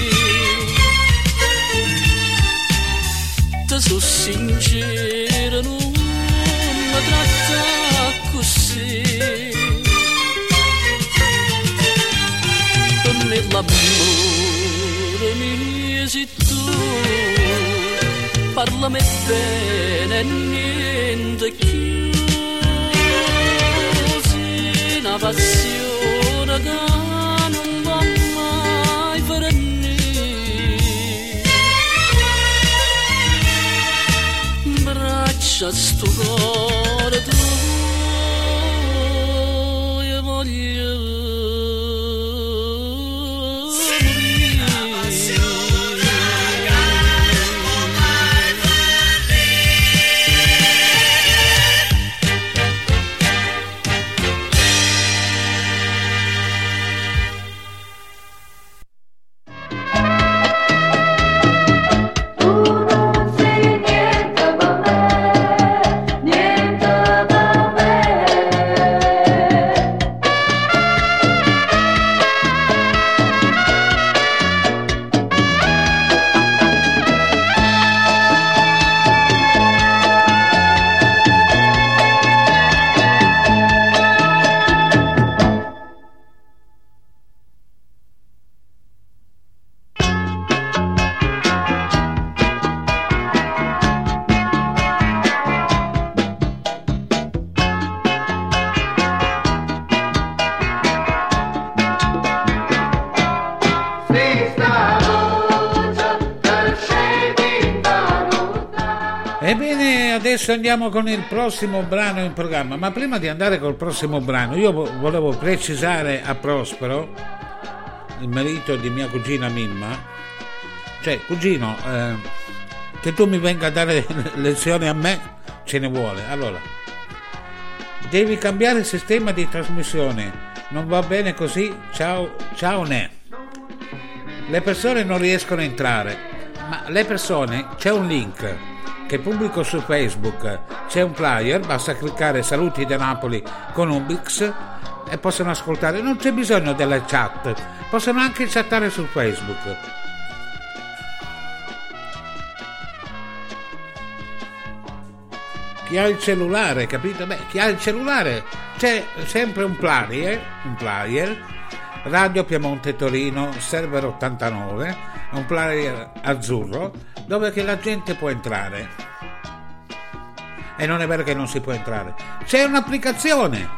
Te sono sincero, non mi tratta così. Nell'amore mio sei tu, parlami bene, niente più. Una passione che non va mai finire. Braccia sto cuore tuo, io voglio niente adesso andiamo con il prossimo brano in programma, ma prima di andare col prossimo brano io volevo precisare a Prospero, il marito di mia cugina Mimma, cioè cugino, che tu mi venga a dare lezioni a me ce ne vuole. Allora, devi cambiare il sistema di trasmissione, non va bene così, ciao ne. Le persone non riescono a entrare, ma le persone, c'è un link che pubblico su Facebook, c'è un flyer, basta cliccare Saluti da Napoli con un Bix e possono ascoltare, non c'è bisogno della chat, possono anche chattare su Facebook. Chi ha il cellulare, capito? Beh, chi ha il cellulare c'è sempre un flyer, Radio Piemonte Torino, server 89, un flyer azzurro dove che la gente può entrare. E non è vero che non si può entrare. C'è un'applicazione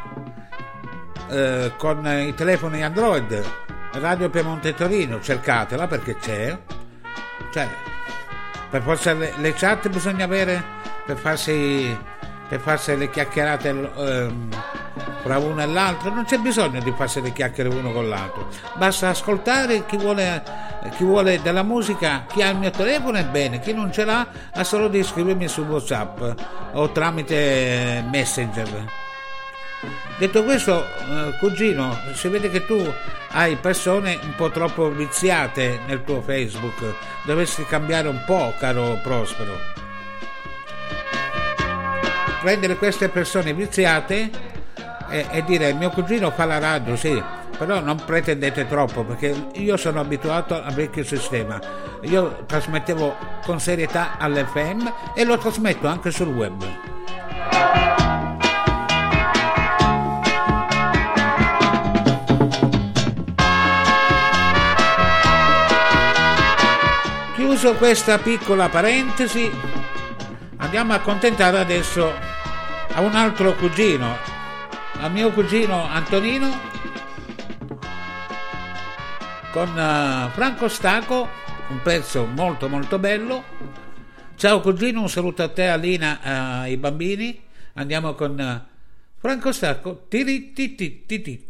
con i telefoni Android, Radio Piemonte Torino, cercatela perché c'è. Cioè, per forza le chat bisogna avere per farsi le chiacchierate fra uno e l'altro, non c'è bisogno di farsi le chiacchiere uno con l'altro, basta ascoltare. Chi vuole della musica, chi ha il mio telefono è bene, chi non ce l'ha ha solo di scrivermi su WhatsApp o tramite Messenger. Detto questo, cugino, si vede che tu hai persone un po' troppo viziate nel tuo Facebook, dovresti cambiare un po', caro Prospero. Prendere queste persone viziate e dire il mio cugino fa la radio, sì, però non pretendete troppo, perché io sono abituato al vecchio sistema. Io trasmettevo con serietà all'FM e lo trasmetto anche sul web. Chiuso questa piccola parentesi, andiamo a accontentare adesso a un altro cugino, a mio cugino Antonino, con Franco Stacco, un pezzo molto molto bello. Ciao cugino, un saluto a te, a Lina, ai bambini. Andiamo con Franco Stacco, tiri ti ti ti ti.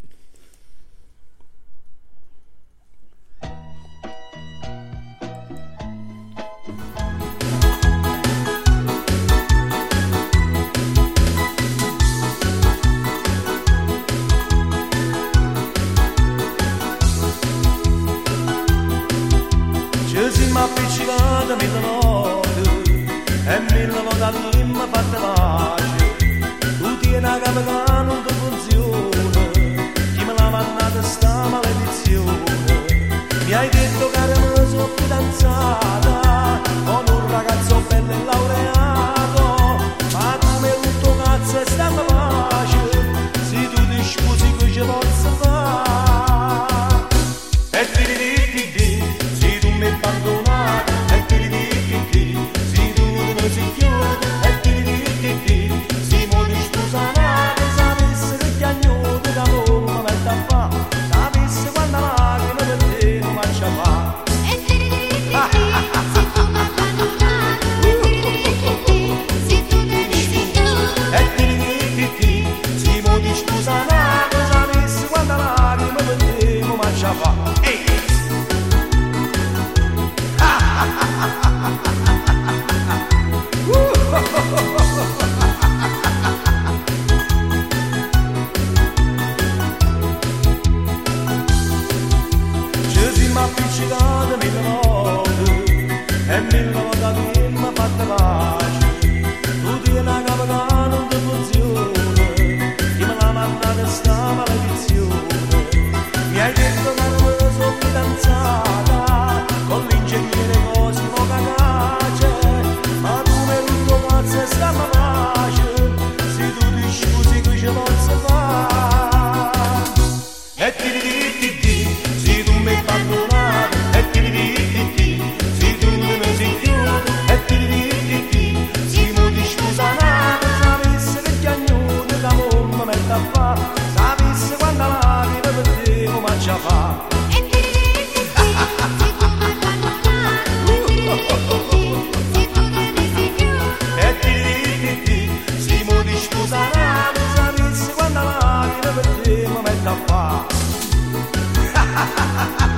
Appiccicata mille volte e mille volte a me mi fatte pace. Tu tieni a capo che non ti funziona, chi me l'ha mandata sta maledizione. Mi hai detto che mi sono fidanzata con un ragazzo bello e laureato, ma tu mi hai rotto cazzo e stai in pace, se tu ti scusi che ci posso fare. E ti ridici, se tu mi abbandoni,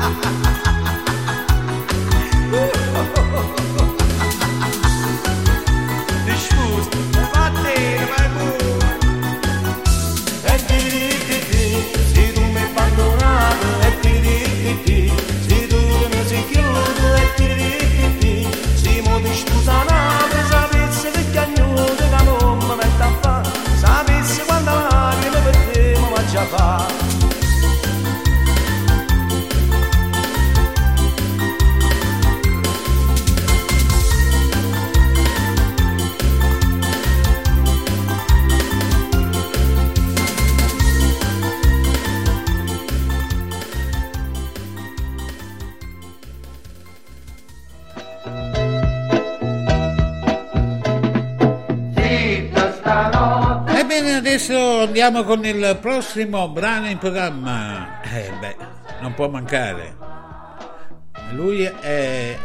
Adesso andiamo con il prossimo brano in programma. Non può mancare. Lui è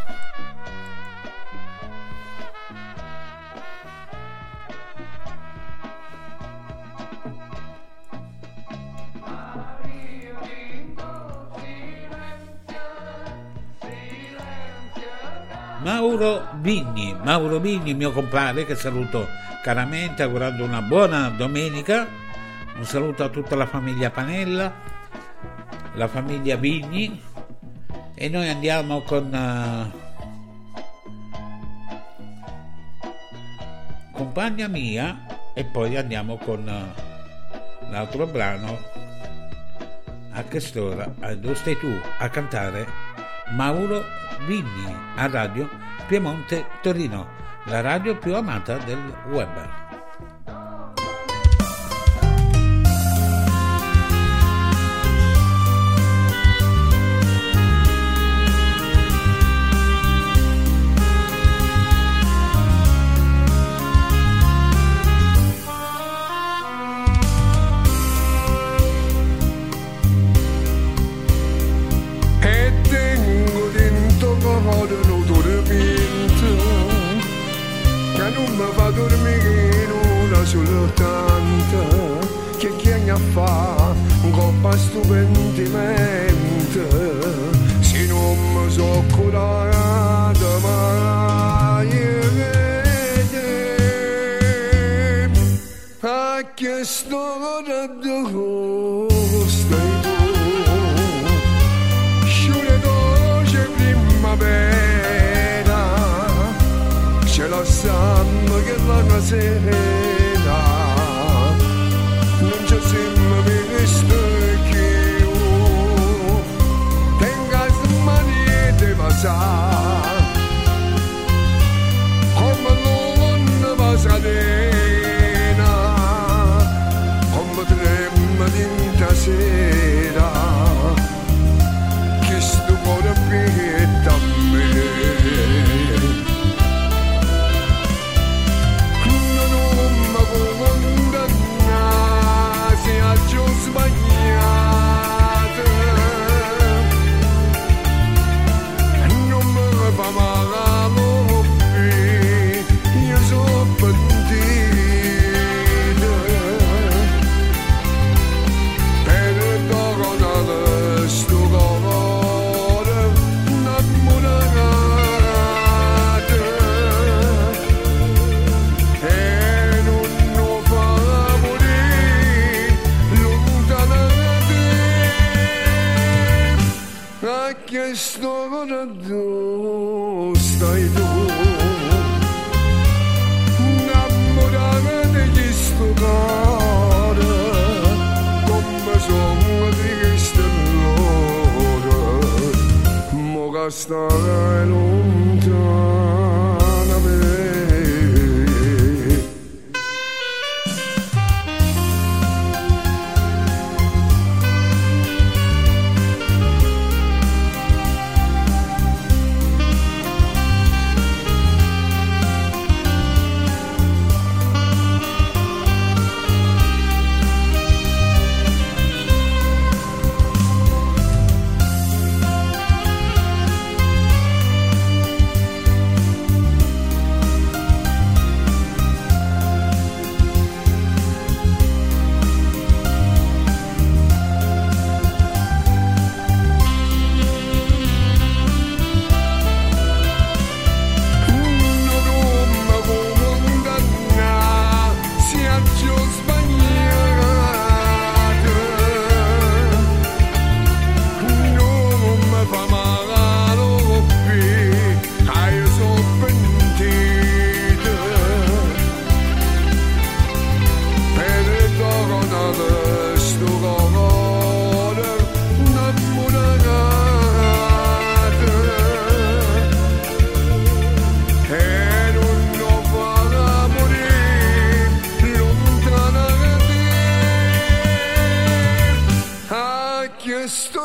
Mauro Vigni, mio compare, che saluto caramente augurando una buona domenica. Un saluto a tutta la famiglia Panella, la famiglia Vigni, e noi andiamo con Compagna mia e poi andiamo con l'altro brano. A quest'ora dove stai tu a cantare? Mauro Vigni a Radio Piemonte Torino, la radio più amata del web. Soltanto che chiegna fa un coppa stupentimento se non mi so curata mai vede a che storia dove stai tu sciure dolce primavera ce la sanno che la sera come non va serena, come tremma d'inta sera, che sto cuore pietta a me. Non mi può condannare se ha già sbagliato. Fa male a io sono pentito perdonare sto cuore innamorato e non lo fa morire lontano da te a che sto stai tu innamorata degli sto cuore come sono di queste loro mo che stai lontana me.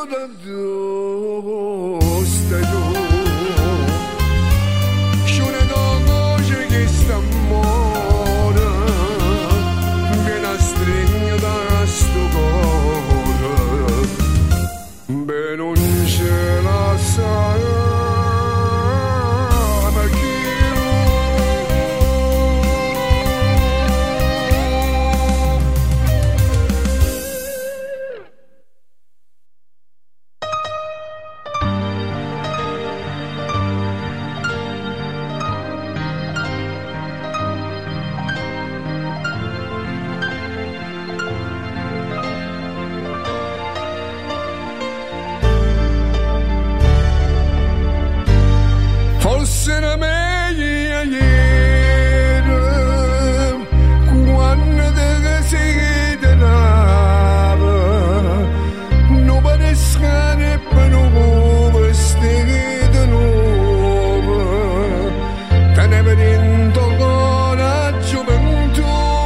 tanto stai tu. Scione conosce che sta amore, viene a stringere da sto cuore, beh non ce la sai. Forse era meglio ieri, quando te si tenava, non paresca nemmeno vestito nuovo, teneva dentro la gioventù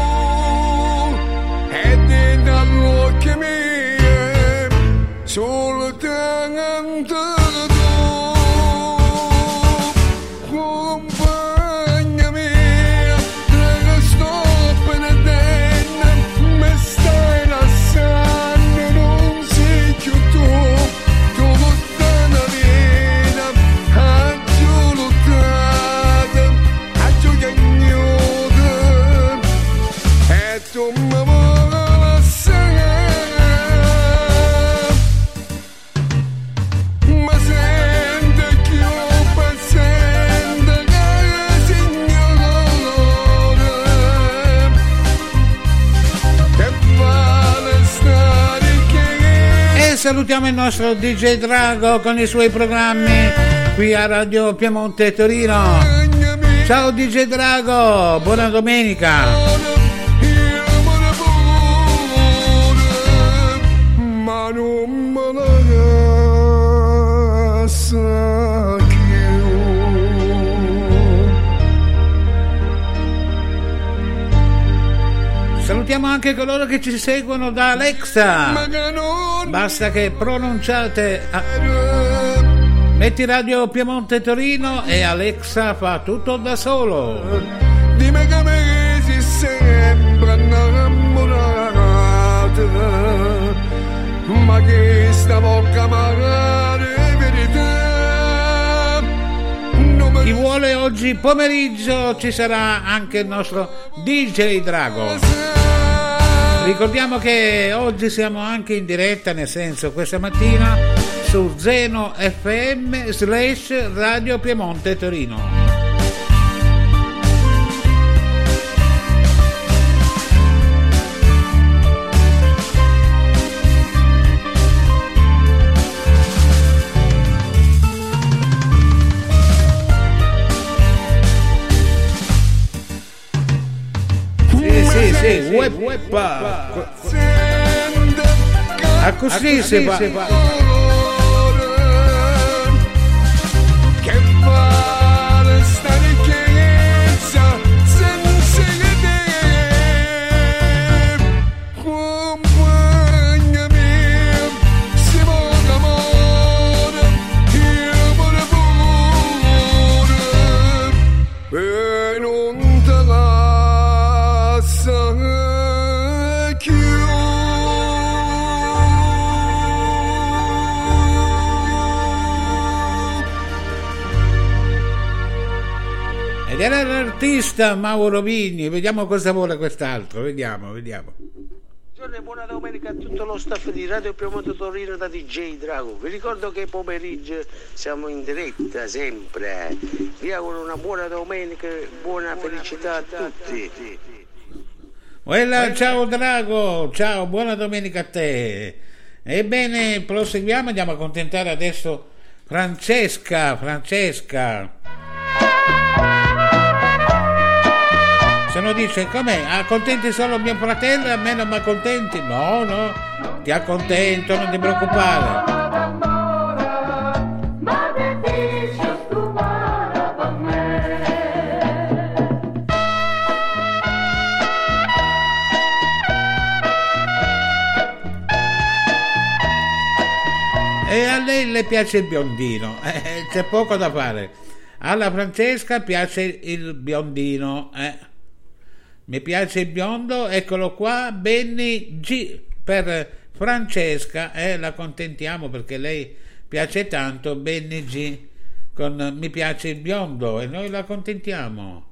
e dentro all'occhio mio, soltanto salutiamo il nostro DJ Drago con i suoi programmi qui a Radio Piemonte Torino. Ciao DJ Drago, buona domenica. Ma non me la sa più. Salutiamo anche coloro che ci seguono da Alexa. Basta che pronunciate metti Radio Piemonte Torino e Alexa fa tutto da solo. Dimmi che mi si sembra innamorata, ma che sta bocca magari è verità. Chi vuole oggi pomeriggio ci sarà anche il nostro DJ Drago. Ricordiamo che oggi siamo anche in diretta, nel senso questa mattina su Zeno FM / Radio Piemonte Torino. Sì, web. A così si fa. Che vale sta ricchezza senza che te, compagna mia, si vuole amore, io amore pure, e non te lascia più. Ed era l'artista Mauro Vigni. Vediamo cosa vuole quest'altro. Vediamo. Buongiorno e buona domenica a tutto lo staff di Radio Piemonte Torino da DJ Drago. Vi ricordo che pomeriggio siamo in diretta sempre. Vi auguro una buona domenica, buona felicità a tutti. Ciao Drago, ciao, buona domenica a te. Ebbene, proseguiamo, andiamo a accontentare adesso Francesca. Se no dice, com'è? Accontenti solo mio fratello e a me non mi accontenti? No, ti accontento, non ti preoccupare. lei le piace il biondino, c'è poco da fare. Alla Francesca piace il biondino, Mi piace il biondo, eccolo qua, Benny G per Francesca, la contentiamo perché lei piace tanto, Benny G con mi piace il biondo e noi la contentiamo.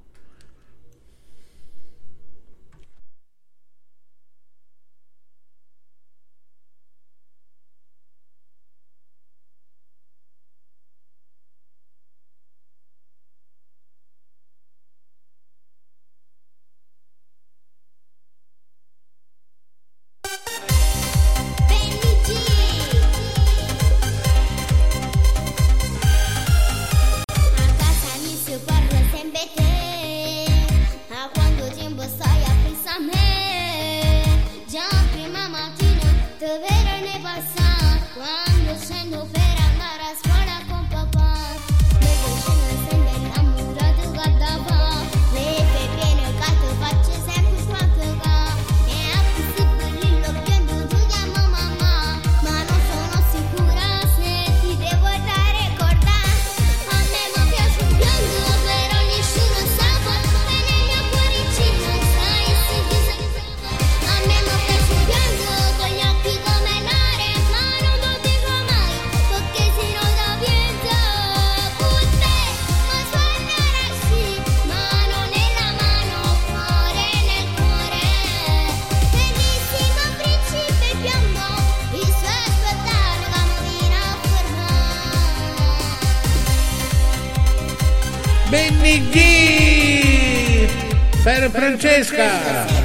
Benny G per Francesca.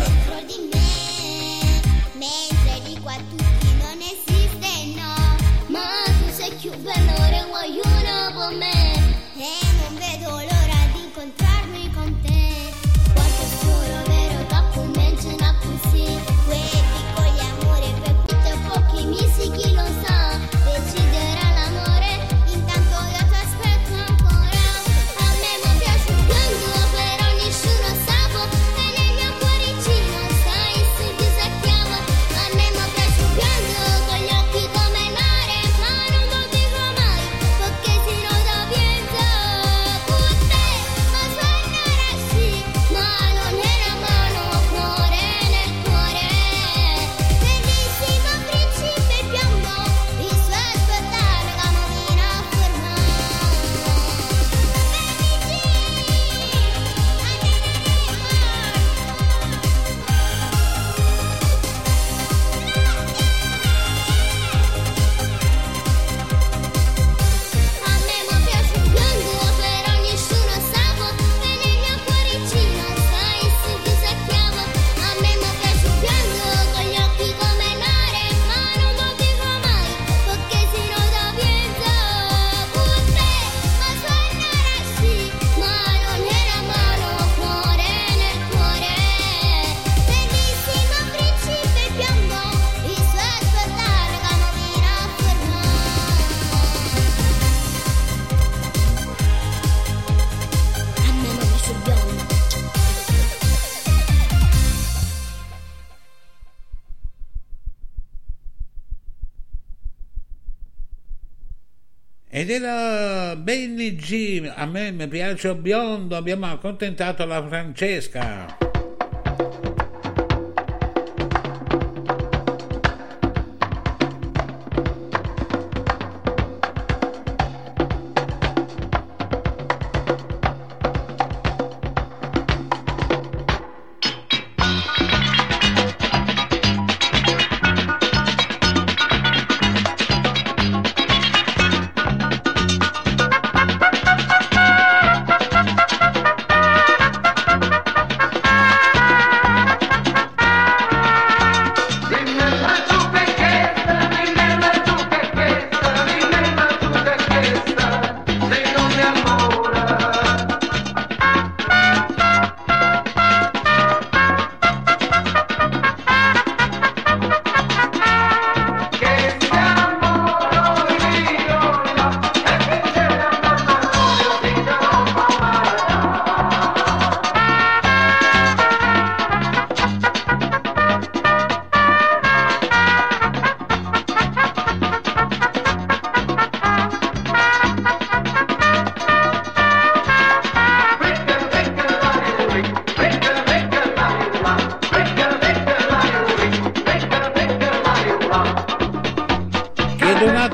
Ed era Benny G, a me mi piace il biondo, abbiamo accontentato la Francesca.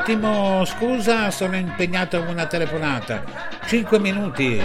attimo, scusa, sono impegnato in una telefonata. 5 minuti.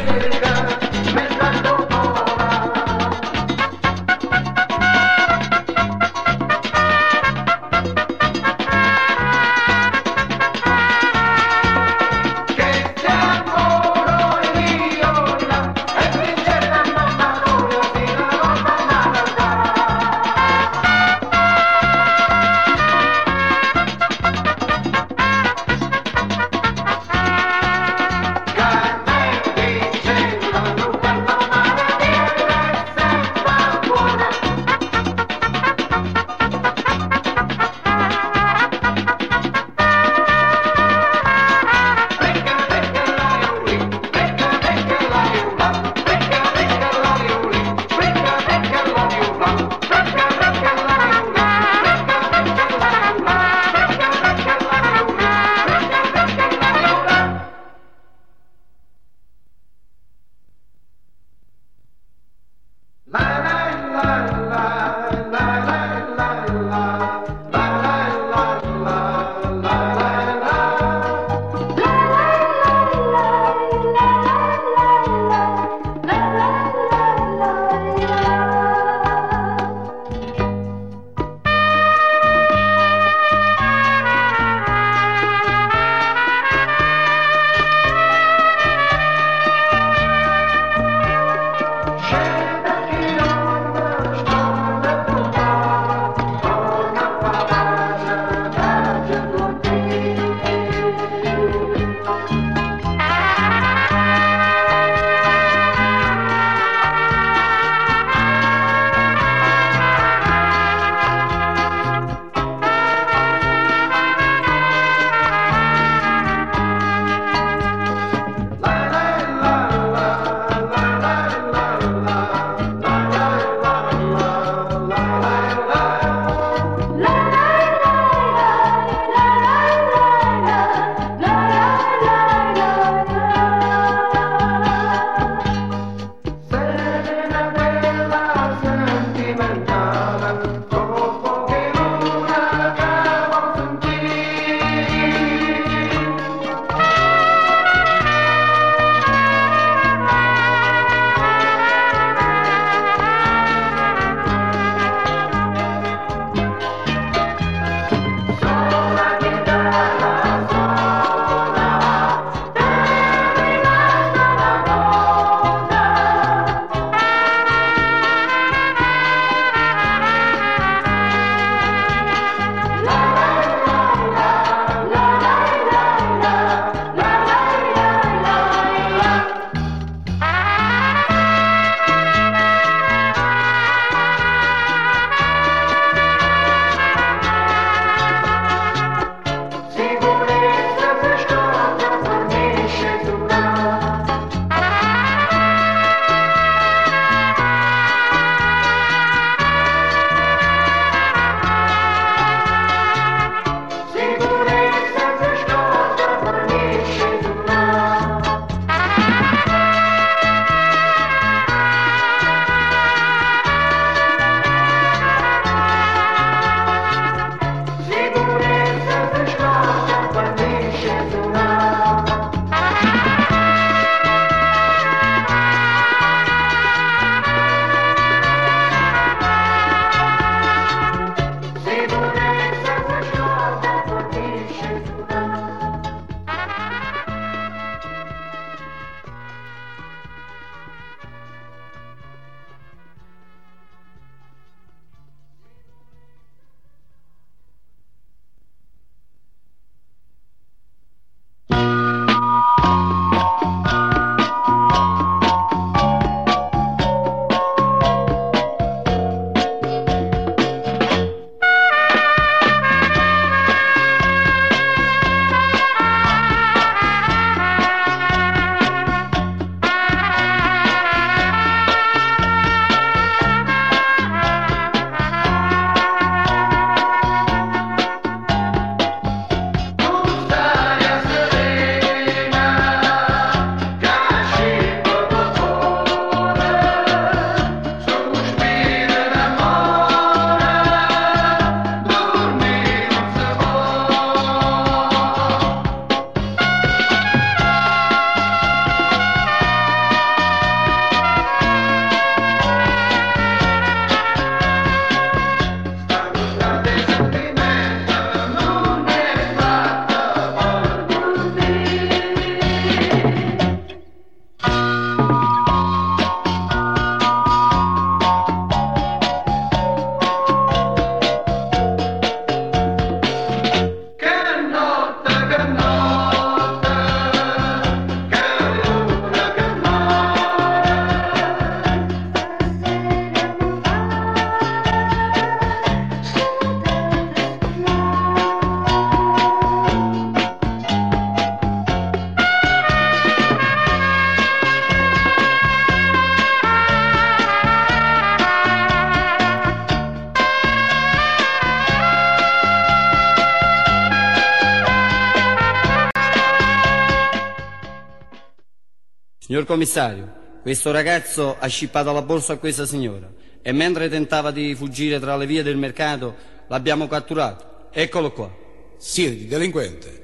Signor commissario, questo ragazzo ha scippato la borsa a questa signora e mentre tentava di fuggire tra le vie del mercato l'abbiamo catturato. Eccolo qua. Siedi, delinquente.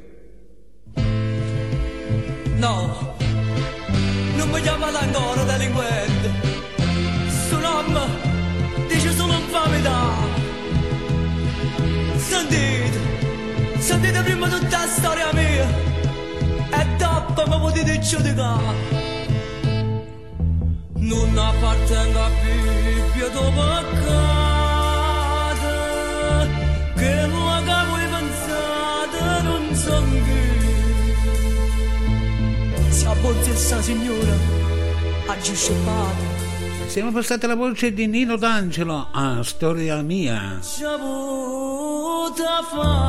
No, non mi chiamate ancora delinquente. Sto nome dice solo infamità. Sentite prima tutta la storia mia e dopo mi potete giudicare. Non appartengo a Bibbia tuo peccato, che la che voi pensate non son più. Si abbozza sta signora, ha giusceppato. Siamo passati alla voce di Nino D'Angelo a Storia Mia. C'è avuta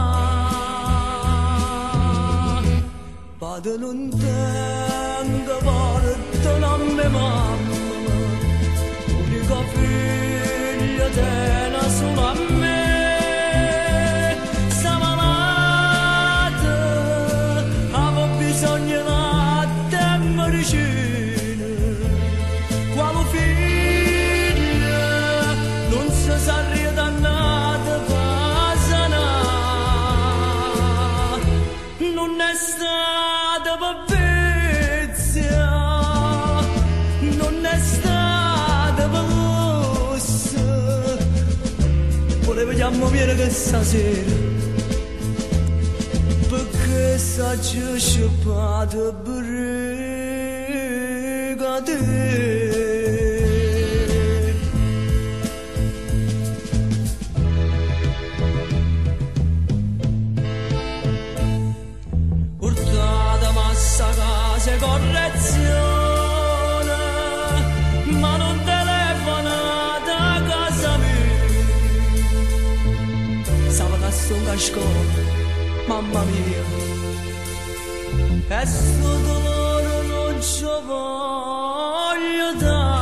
fa, padre non tengo porto non me mamma, unica figlia tena solo a me, sta malata, avevo bisogno di latte e medicina, quale figlia non si sa ridannata per sanare, non è stata per vizia, non è stata per lusso, volevo chiamare viene che stasera, perché sa già scippata brigate. Casa correzione, ma non telefonata a casa mia. Sabato a scuola, mamma mia, e sto dolore non ci voglio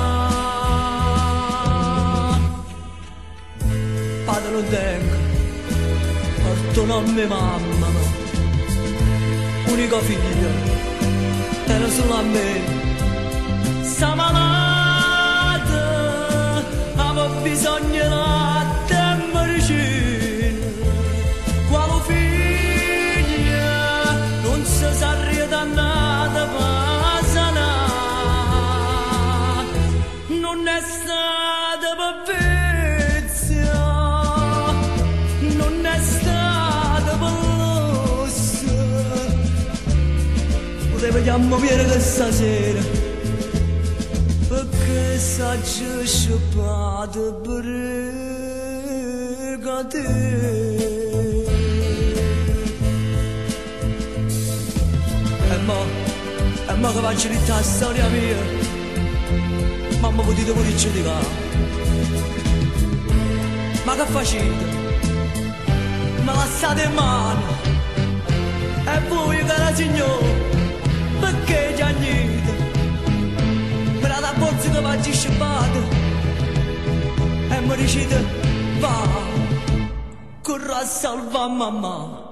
dare. Padre non tengo, porto nome mamma, unica figlia. Era solo a me, sta malata, avevo bisogno di latte e medicina, quale figlia non si sa ridannata per sanare, non è stata per vizia, non è stata per lusso. Potevo chiamare viene che stasera, perché sa già scippata brigate. E mo che faccio tutta la storia mia, mamma potete pure giudicare. Ma che facete? Ma lasciate in mano, e voi cara signore, perché già niente, per la borsa che faccio scippata, e mi dicete, va, corra a salvare mamma.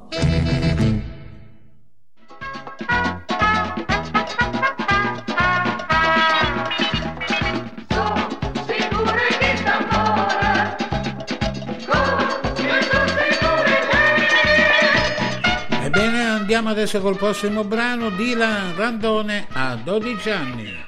Andiamo adesso col prossimo brano, Dylan Randone a 12 anni.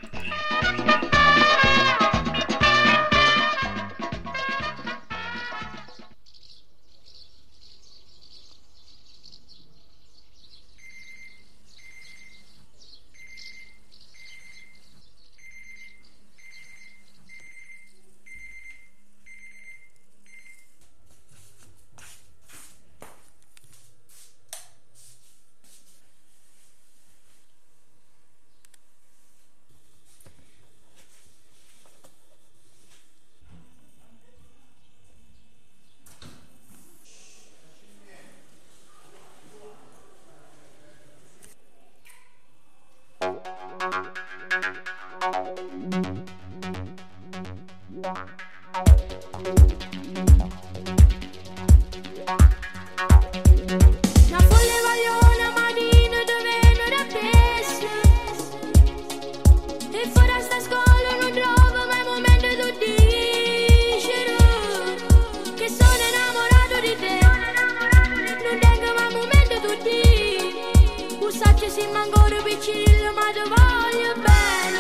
siamo ancora piccini, ma ti voglio bene.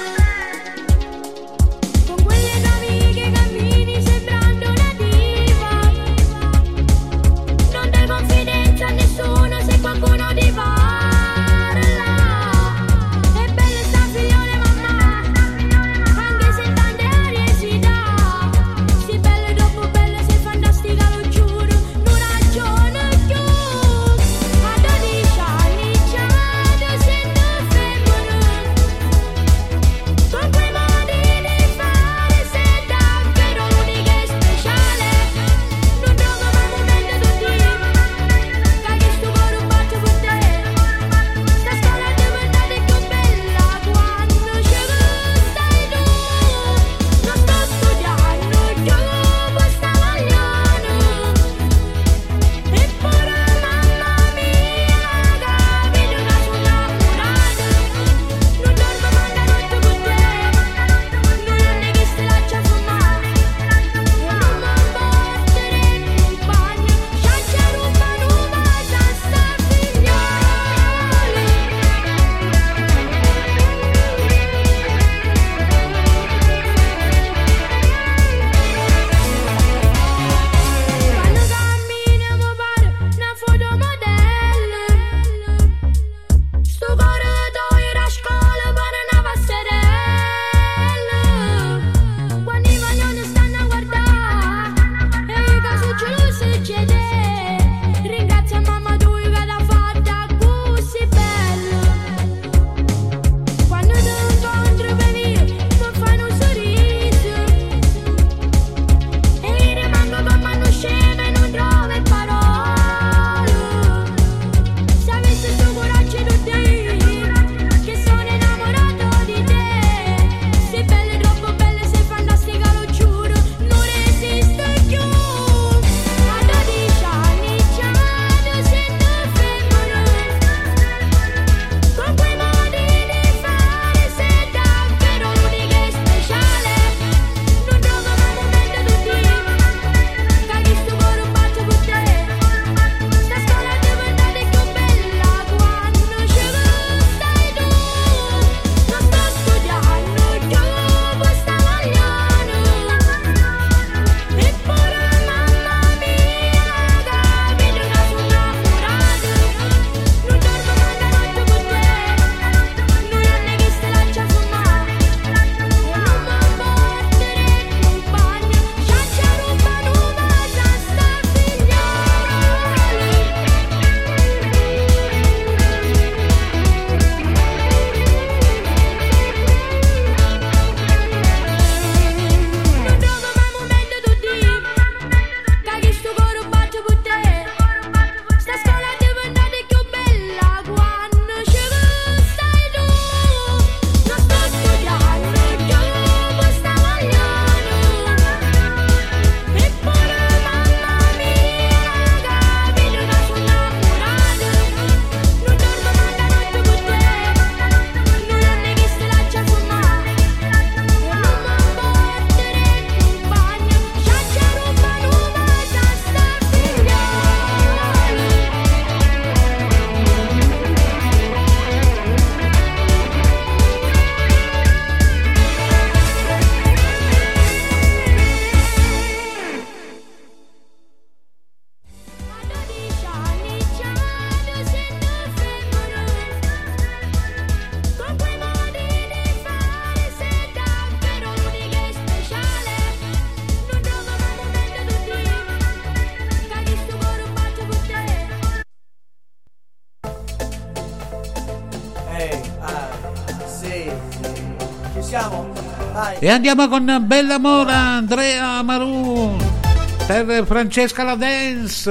Con quelle tue amiche cammini sembrando una diva. Non dai confidenza a nessuno se qualcuno ti parla. È bella sta figlione mamma, anche se tante arie si dà. Si bella e troppo bella, sei fantastica, lo giuro, non ragiono più. A 12 anni già ti sento femmina. Con quei modi di fare sei davvero l'unica e speciale. Non trovo mai un momento di dire che sto cuore batte per te. Sta scuola diventata più bella quando ci stai tu. Non sto studiando più questa maglione. Eppure mamma mia, capito che sono innamorata. Non dormo mai la notte con te. Non è che se la già fumare. E non mi porterei in bagno. Sciaccia ruba nuova, sa sta figlioli. Quando camminiamo pare una fotomodella. Sto corridoio da scuola pare una passerella. Quando i maglioni stanno a guardare e io che sono gelosa e cede. Ringrazio mamma tu che l'ha fatta così bella. Quando ti incontro per via mi fai un sorriso e io rimango come una scema e non trovo parole. Se avessi il tuo coraggio di dire che sono innamorato di te. Sei bella, troppo bella, sei fantastica, lo giuro, non esiste più. A 12 anni già ti sento femmina. Con quei modi di fare sei davvero l'unica e speciale. Non trovo mai un momento di dire che sto cuore batte per te. Sta scuola diventata più bella quando ci stai tu. Non sto studiando più questa maglione. Eppure mamma mia, capito che sono innamorata. Non dormo mai la notte con te. Non è che se la già fumare. E non mi porterei in bagno. Sciaccia ruba nuova, sa sta non trovo mai un momento di dire che sto cuore batte per te. Sta scuola diventata più bella quando ci stai tu. Non sto studiando più questa maglione. Eppure mamma mia, capito che sono innamorata. Non dormo mai la notte con te. Non è che se la già fumare. E non mi porterei in bagno. Sciaccia ruba nuova, sa sta A 12 anni già ti sento femmina. Con quei modi di fare sei davvero l'unica e speciale. Non trovo mai un momento di dire che sto cuore batte per te. Sì, ci siamo? Vai. E andiamo con Bella Mora, Andrea Maru per Francesca La Dance.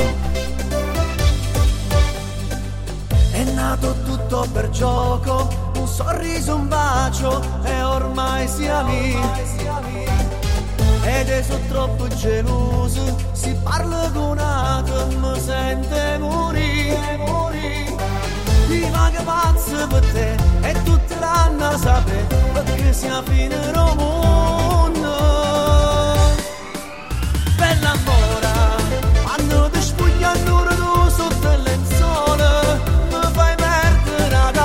È nato tutto per gioco, un sorriso, un bacio e ormai siamo amici. Ed è so troppo geloso, si parla con altro, mi sente morire. Prima che pazzo per te e tutti l'hanno sapere, perché siamo fine al mondo. Bella Mora, quando ti spugliano tu sotto il lenzuolo, mi fai perdere la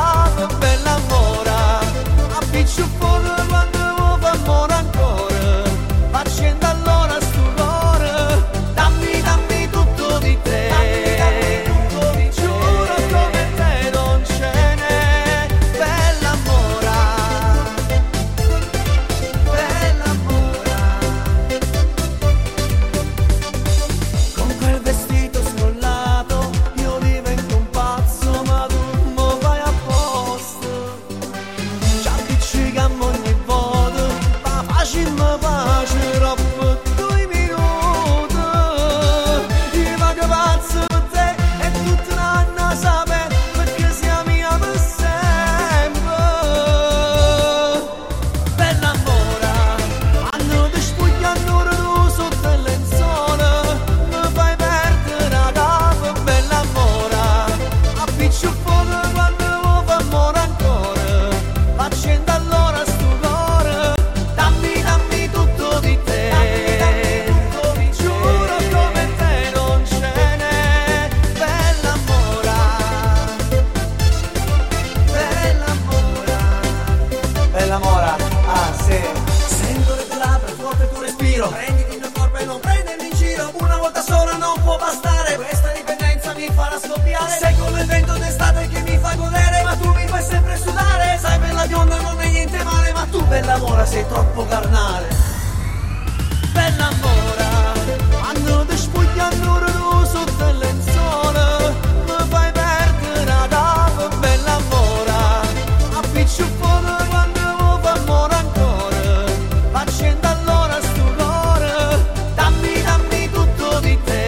troppo carnale. Bella mora, quando ti spogliano tu sotto il lenzuolo, mi fai perdere la tavola. Bella mora, appiccio fuoco quando mi fa amore ancora, accendo allora sto cuore, dammi tutto di te.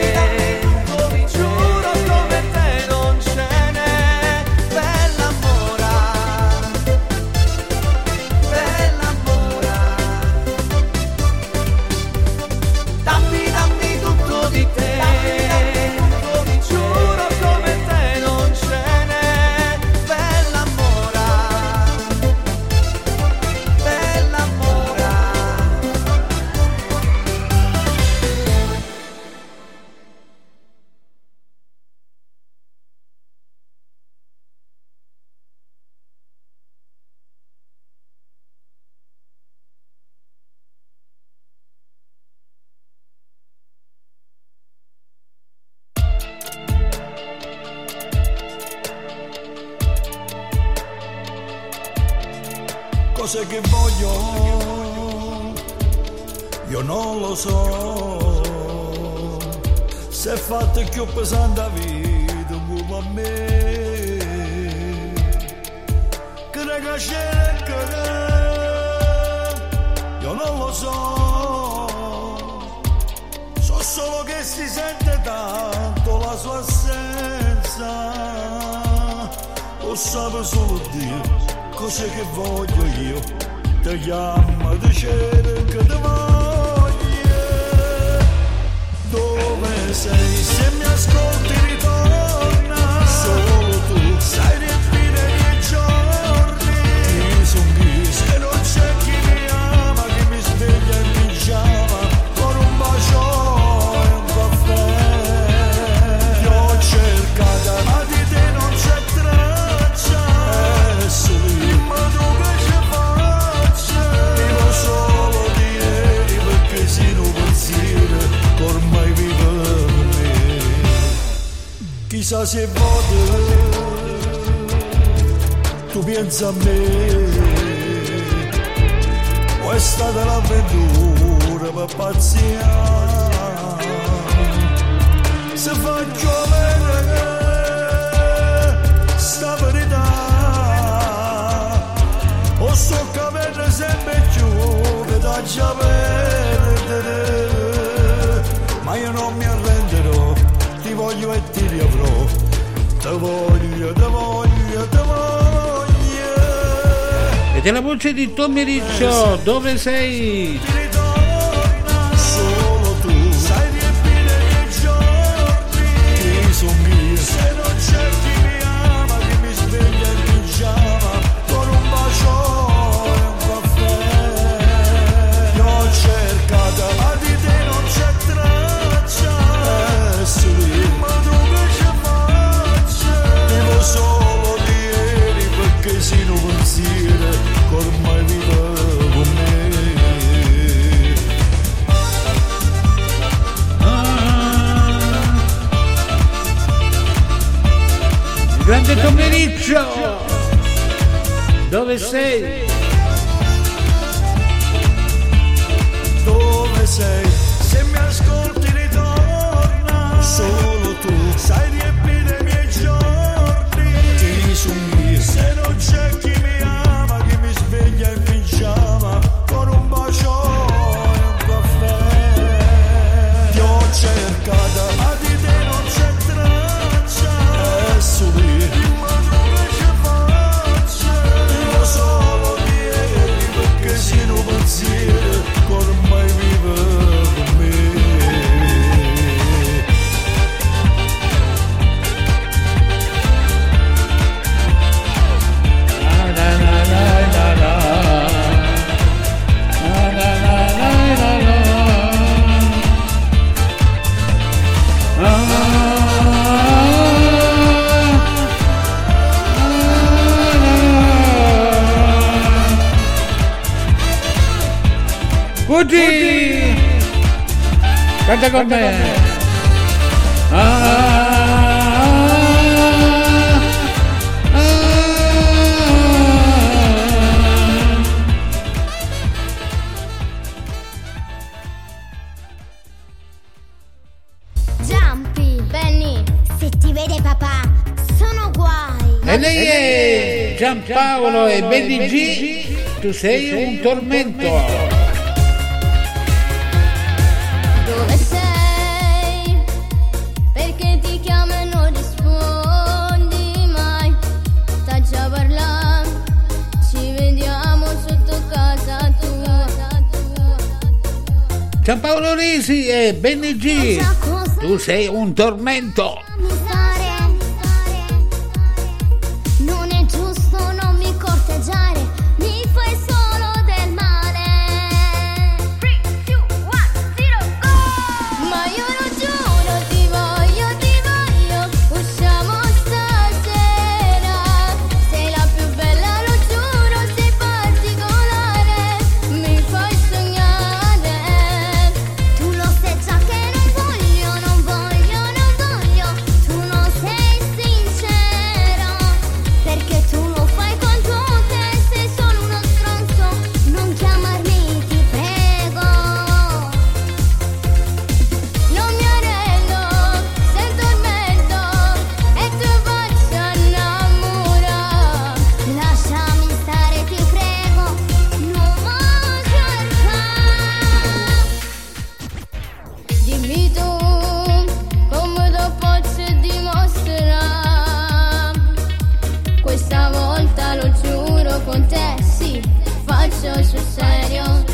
Giuro come te non ce n'è. Bella mora, bella mora, dammi tutto di te. Giuro come te non ce n'è. Bella mora, bella mora. Cose che voglio, io non lo so, se è fatto più pesante la vita come a me, che raga cerca, io non lo so, so solo che si sente tanto la sua assenza, lo sa solo Dio. Cose che voglio io, ti chiamo, ti cerco, ti voglio. Dove sei? Se mi ascolti ritorna. Solo tu sai riempire i miei giorni. Chi son chi? Se non c'è chi mi ama, chi mi sveglia in pigiama, con un bacio e un caffè. Ti ho cercata, ma di te non c'è traccia. Ma tu che ci faccia? Vivo solo di ieri, perché si non pensiero che ormai vive per me. Chissà se vuoto tu pensa a me, o è stata l'avventura per pazziare. Se faccio vedere sta verità, o so capire sempre più che da già perdere, ma io non mi arrenderò, ti voglio e ti riavrò, te voglio, te voglio, te voglio. Ed è la voce di Tommy Riccio, dove sei? Solo tu sai riempire i miei giorni. Chi son io? Se non c'è chi mi ama, chi mi sveglia in pigiama, con un bacio e un caffè. Ti ho cercata, ma di te non c'è traccia. Sì, ma tu che ci faccia? Vivo solo di ieri, perché si non pensiero che ormai vive con me. Grande Tommy Riccio, dove sei? Dove sei? Se mi ascolti ritorna. Solo tu sai riempire i miei giorni. Chi son io? Se non c'è chi mi ama, chi mi sveglia in pigiama, con un bacio e un caffè. Ti ho cercata, ma di te non c'è traccia. E subito ma tu che ci faccia? Vivo solo di ieri, perché si non pensiero che ormai vive con me. Woody! Canta con me! vede papà, sono guai. E lei è Giampaolo e Benny G, tu sei un tormento. Dove sei? Perché ti chiamo e non rispondi mai. Sta già parlando, ci vediamo sotto casa tua. Giampaolo Risi e Benny G, tu sei un tormento. Non è giusto, non mi corteggiare, mi fai solo del male. 3, 2, 1, 0, go! Ma io lo giuro, ti voglio, usciamo stasera. Sei la più bella, lo giuro, sei particolare, mi fai sognare. Tu lo sai già che non voglio, tu non sei sincero, perché tu lo fai con tutte, sei solo uno stronzo, non chiamarmi ti prego. Non mi arrendo, se tormento e tu faccia innamora. Lasciami stare ti prego, non mi cercare. Dimmi tu come lo posso dimostrare. Questa volta lo giuro con te, sì, faccio sul serio.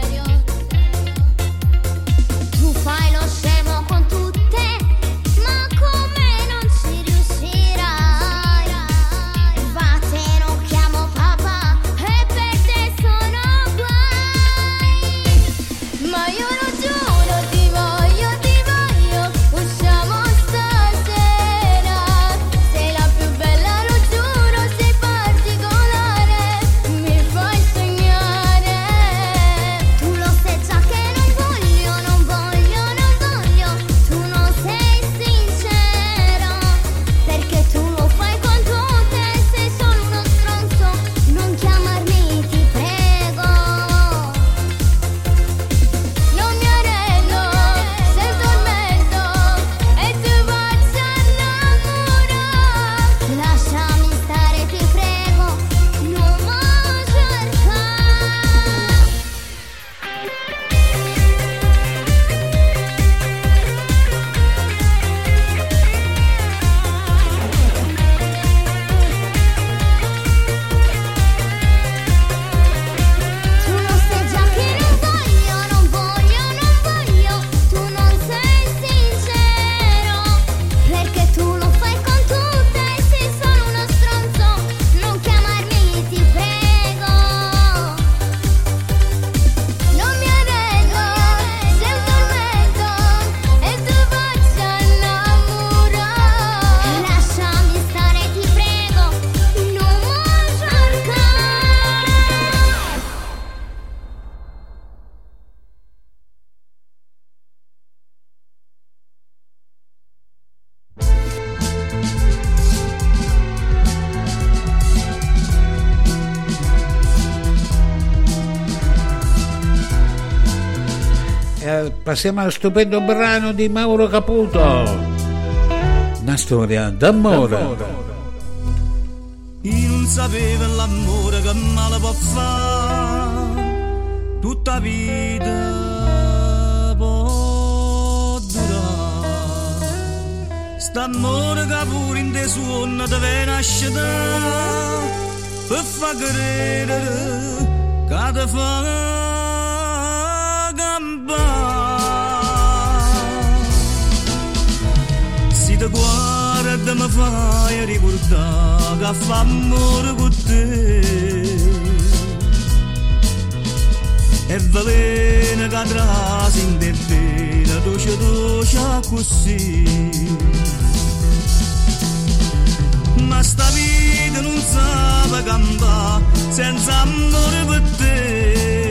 Tu fai lo scemo con tutte, ma come non ci riuscirai? Vattene, non chiamo papà e per te sono guai. Ma io lo giuro, ti voglio, usciamo stasera. Sei la più bella, lo giuro, sei particolare, mi fai sognare. Tu lo sai già che non voglio, tu non sei sincero, perché tu lo fai con tutte, sei solo uno stronzo, non chiamarmi ti prego. Non mi arrendo, se tormento e tu faccia innamora. Lasciami stare ti prego, non mi cercare. Tu lo sai già che non voglio, tu non sei sincero, perché tu lo fai con tutte, sei solo uno stronzo, non chiamarmi ti prego. Non mi arrendo, sei un tormento e tu faccia innamora. Lasciami stare ti prego, non mi cercare. Passiamo al stupendo brano di Mauro Caputo, una storia d'amore. Io non sapevo l'amore che male può fare, tutta vita può durare. St'amore che pure in te suona deve nascere per far credere che te fa si te guarda mi fai ricordare che fa amore con te e veleno che trasi in te vena dolce così. Ma sta vita non sa campare senza amore per te.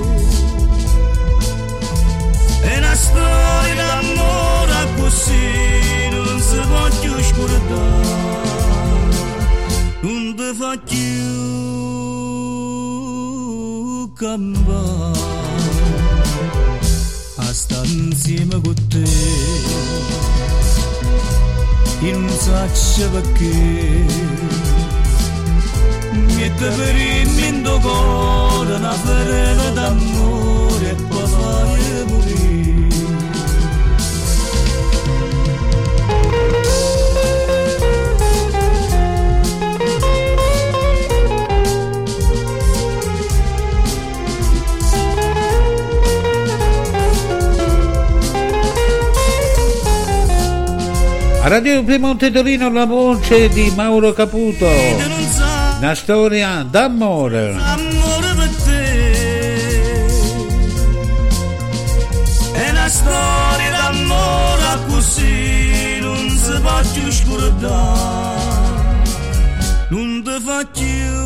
È una storia d'amore così, non si può più scordare, non ti fa più campare a stare insieme con te. e non so perché. Mette per il mio cuore una ferita d'amore e poi fai morire. A Radio Piemonte Torino la voce di Mauro Caputo, una storia d'amore. Amore per te è una storia d'amore così non si fa più scordare, non ti fa più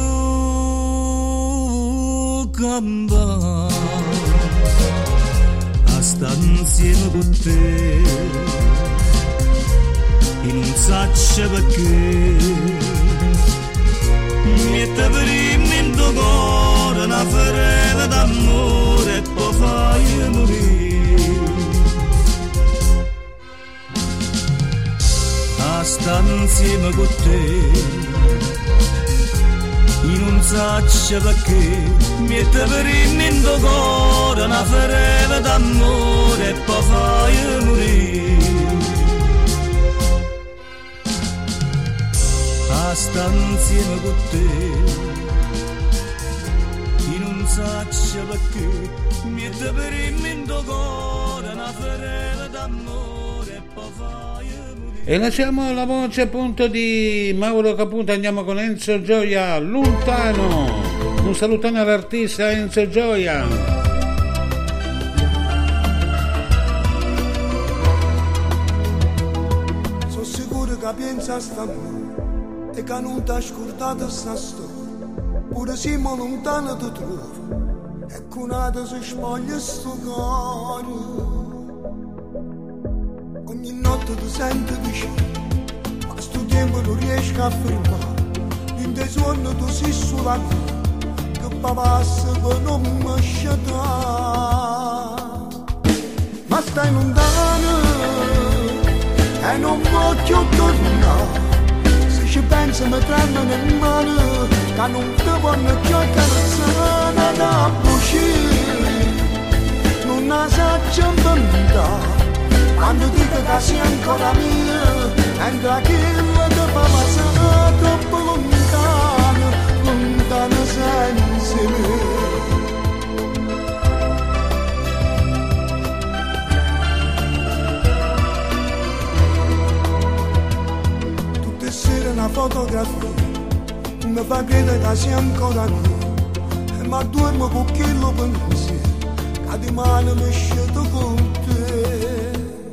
cambiare a stare insieme con te. E non so perché mette per il mio cuore una ferita d'amore e poi fai morire. A stare insieme con te e non so perché mette per il mio cuore una ferita d'amore e poi fai morire. Sta insieme con te e non so perché mette per il mio cuore una ferita d'amore e poi fai morire. E lasciamo la voce appunto di Mauro Caputo, andiamo con Enzo Gioia, Lontano. Un salutone all'artista Enzo Gioia. Sono sicuro che pensa sta e che non ti ha scordato sta storia, pure siamo lontani ti trovo e con una si spoglia sto cuore. Ogni notte ti sento vicino, ma sto tempo non riesco a fermare, in te sonno tu sei sulla mia, che passa per non mi scegliere. Ma stai lontano e non voglio tornare. Ci penso mi prendono in mano, che non ti voglio più carezzare da uscire, non la saggio inventare, quando dico che sei ancora mia, entra chi ti fa passare troppo lontano, lontano senza me. Una fotografia mi fa credere che sia ancora mia, ma dormo con quello pensiero che di mano mi scelto con te.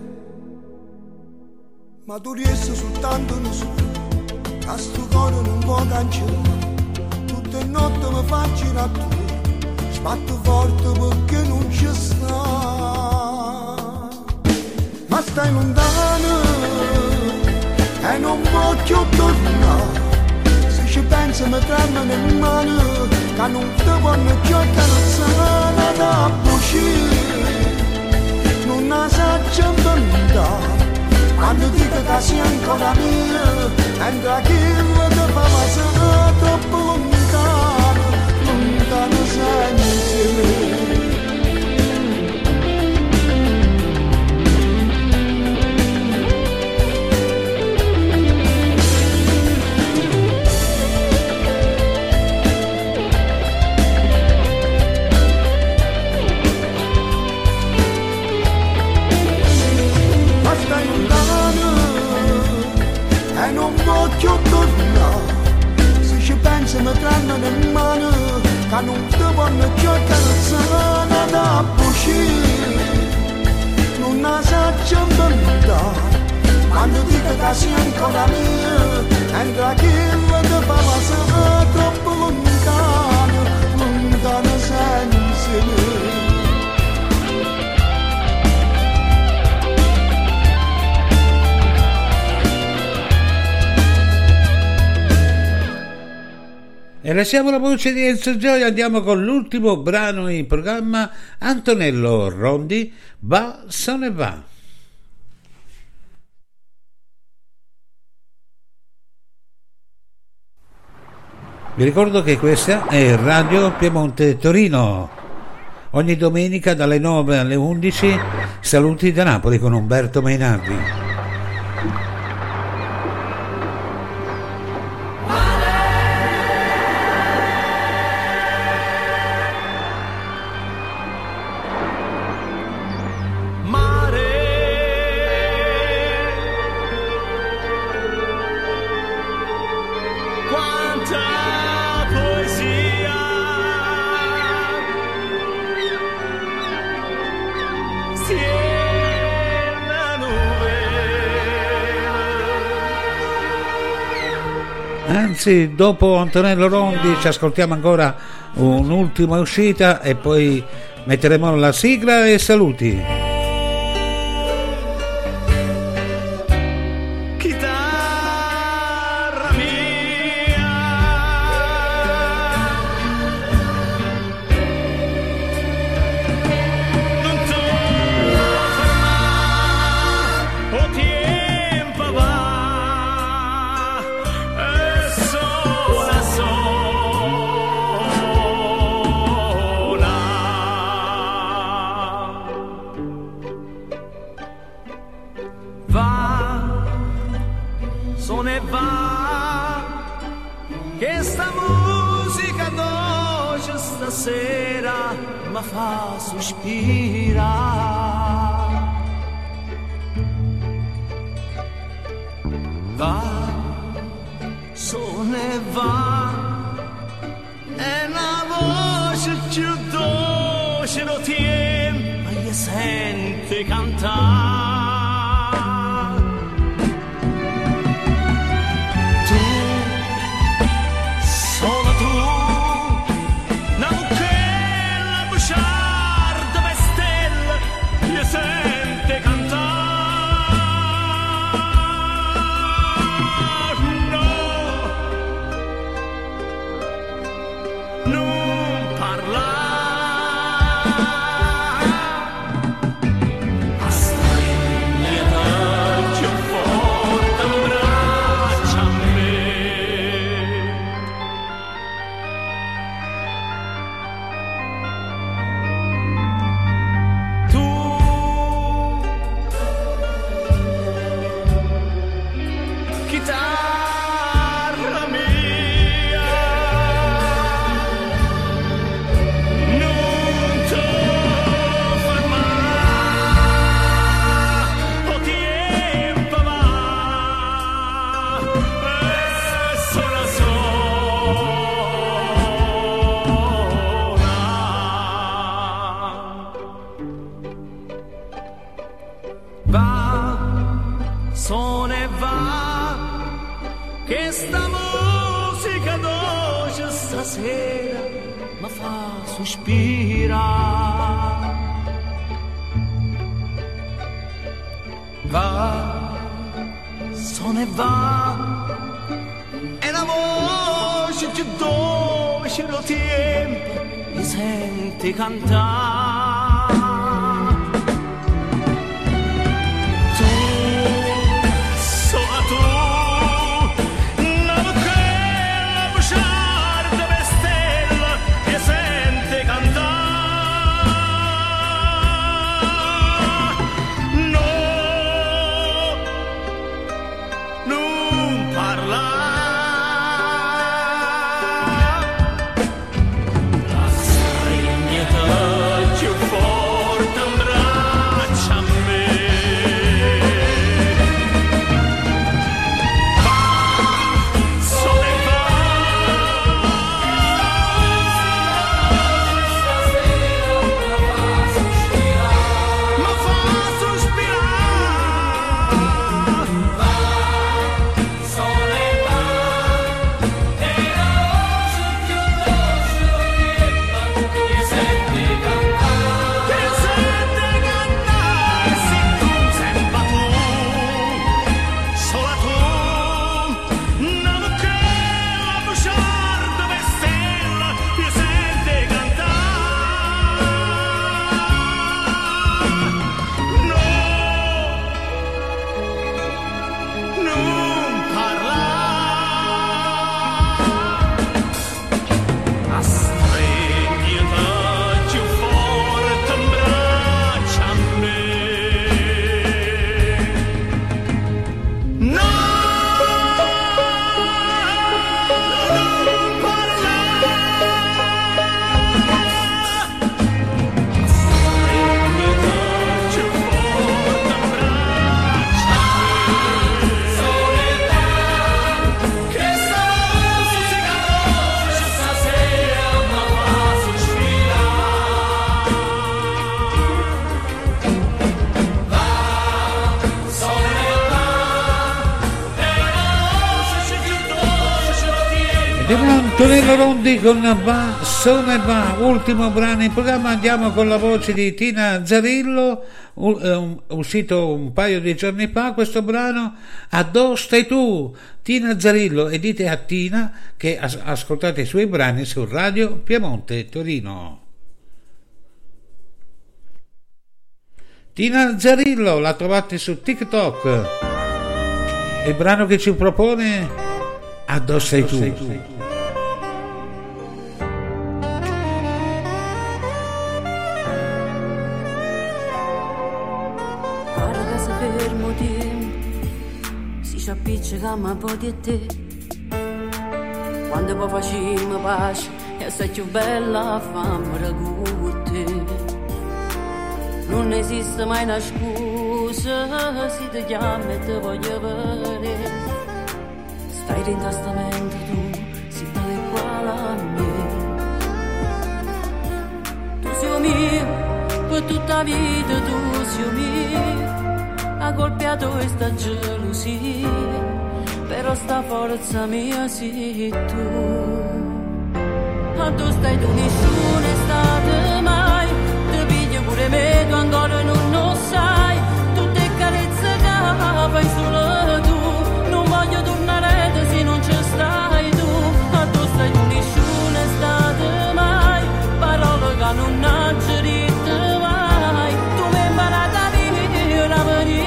Ma tu riesci soltanto un sogno, a sto cuore non può cancellare, tutte le notti mi faccio a te, sbatto forte perché non ci sta. Ma stai lontano e non voglio tornare, se ci penso mi prendono in mano, che non ti voglio più carezzare da uscire, non la saggio inventare, quando dico che sei ancora mia, entra chi ti fa passare troppo lontano, lontano senza me. Voglio tornare, se ci penso mi prendono in mano, che non ti voglio più carezzare da uscire, non la saggio inventare, quando dico che sei ancora mia, entra chi ti fa passare troppo lontano, lontano senza me. E lasciamo la voce di Enzo Gioia, andiamo con l'ultimo brano in programma, Antonello Rondi, Va se ne va. Vi ricordo che questa è Radio Piemonte Torino. Ogni domenica dalle 9 alle 11 saluti da Napoli con Umberto Mainardi. Anzi, dopo Antonello Rondi ci ascoltiamo ancora un'ultima uscita e poi metteremo la sigla e saluti. Fa sospira, va, se va, e una voce più dolce lo tiene, ma io sente cantare. Lasciare il mio taglio Antonello Rondi con Va, Sone Va, ultimo brano in programma. Andiamo con la voce di Tina Zarillo, uscito un paio di giorni fa questo brano, Addo stai tu, Tina Zarillo, e dite a Tina che ascoltate i suoi brani su Radio Piemonte Torino. Tina Zarillo, la trovate su TikTok. Il brano che ci propone, Addo sei tu. Si appiccica un po' di te, quando poi facciamo pace e sei più bella fammi con te. Non esiste mai una scusa, se ti chiamo e ti voglio vedere. Stai in testamento tu, sei tale quale a me. Tu sei mio, per tutta la vita tu sei mio. Ha colpiato questa gelosia, però sta forza mia sei tu. Ma tu stai tu, nessuno è stato mai, ti piglio pure me, tu ancora non lo sai, tutte carezze che fai solo tu, non voglio tornare se non ci stai tu. Ma tu stai tu, nessuno è stato mai, parole che non ha detto mai, tu mi hai imparato a vivere la verità.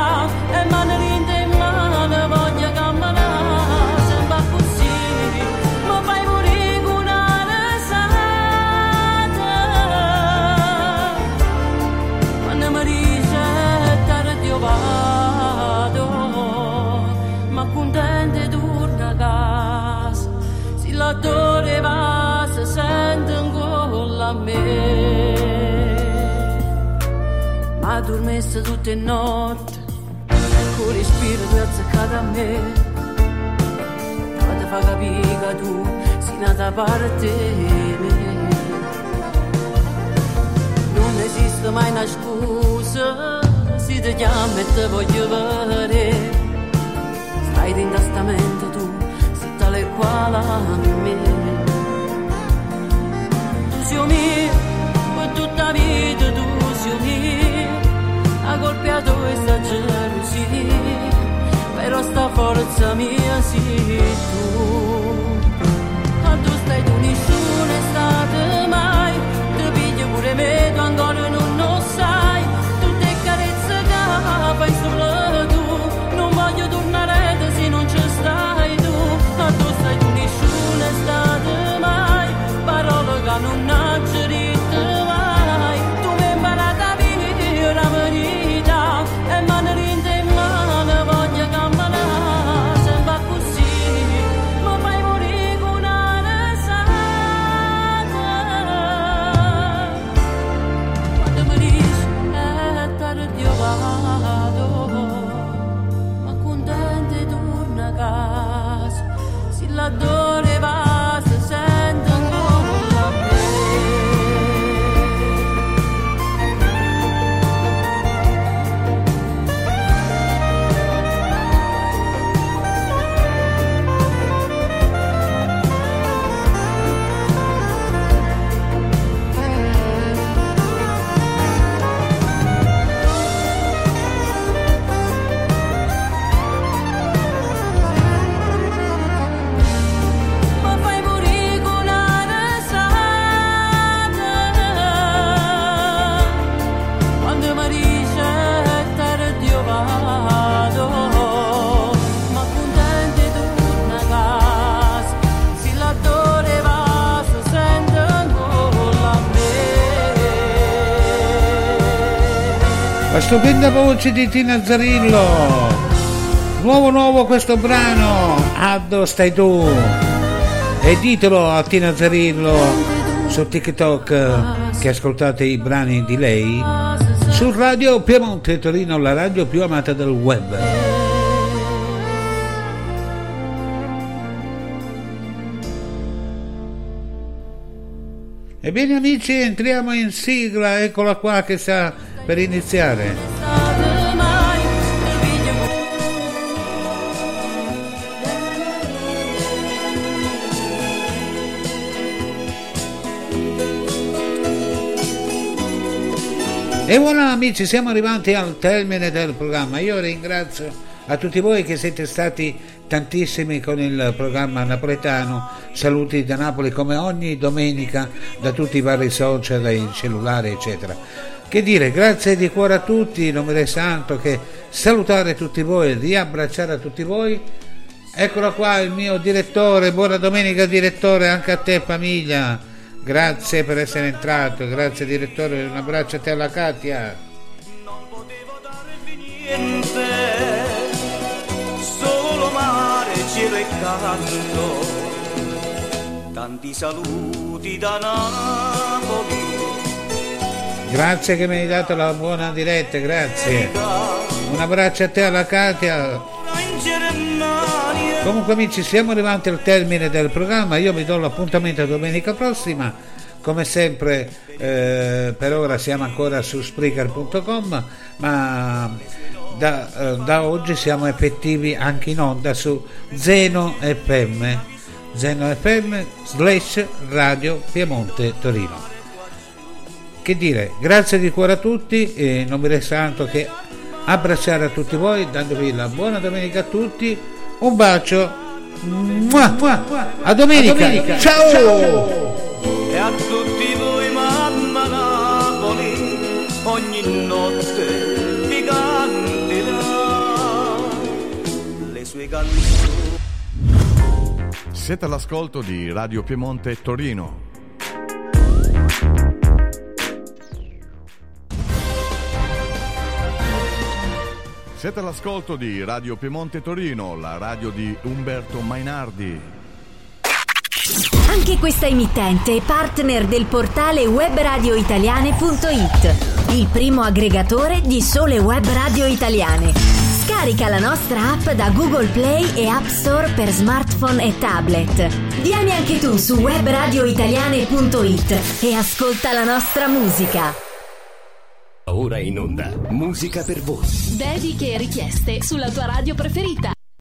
L'attore va, si sente ancora a me. Ma dormesse tutte le notti, con il respiro tu azzeccato a me. Ma ti fa capire che tu sei nata a parte me. Non esiste mai una scusa, se ti chiamo e ti voglio vedere. Stai in testamento tu, tale quale a me. Tu sei mio, per tutta la vita tu sei mio. Ha colpiato questa gelosia, però sta forza mia sei tu. Ma tu stai tu, nessuno è stato mai, ti piglio pure me, tu ancora non lo sai, tutte carezze che fai solo tu, non voglio tornare se non ci stai tu. Ma tu stai tu, nessuno è stato mai, parole che non ha detto mai, tu mi hai imparato a vivere la verità, e mano rinde in mano voglio camminare sempre così, ma fai morire con una risata. Quando mi dici è tardi io vado, ma contento e torno a casa. L'attore va, si sente ancora a me. La stupenda voce di Tina Zarillo, nuovo questo brano, Addo stai tu, e ditelo a Tina Zarillo su TikTok che ascoltate i brani di lei su Radio Piemonte Torino, la radio più amata del web. Ebbene amici, entriamo in sigla, eccola qua che sta per iniziare. E voilà amici, siamo arrivati al termine del programma. Io ringrazio a tutti voi che siete stati tantissimi con il programma napoletano. Saluti da Napoli come ogni domenica da tutti i vari social, dai cellulari eccetera. Che dire, grazie di cuore a tutti, non mi resta altro che salutare tutti voi, riabbracciare a tutti voi. Eccolo qua il mio direttore, buona domenica direttore, anche a te famiglia, grazie per essere entrato, grazie direttore, un abbraccio a te alla Katia. Niente, solo mare, cielo e canto, tanti saluti da Napoli. Grazie che mi hai dato la buona diretta, grazie. Un abbraccio a te alla Katia. Comunque amici, siamo arrivati al termine del programma. Io vi do l'appuntamento domenica prossima. Come sempre per ora siamo ancora su Spreaker.com, ma da oggi siamo effettivi anche in onda su Zeno FM /Radio Piemonte Torino. Che dire, grazie di cuore a tutti e non mi resta altro che abbracciare a tutti voi, dandovi la buona domenica a tutti, un bacio, a domenica. Ciao! E a tutti voi mamma Napoli, ogni notte vi canterà le sue canzoni. Siete all'ascolto di Radio Piemonte Torino. Siete all'ascolto di Radio Piemonte Torino, la radio di Umberto Mainardi. Anche questa emittente è partner del portale webradioitaliane.it, il primo aggregatore di sole web radio italiane. Scarica la nostra app da Google Play e App Store per smartphone e tablet. Vieni anche tu su webradioitaliane.it e ascolta la nostra musica. Ora in onda, musica per voi. Dediche e richieste sulla tua radio preferita.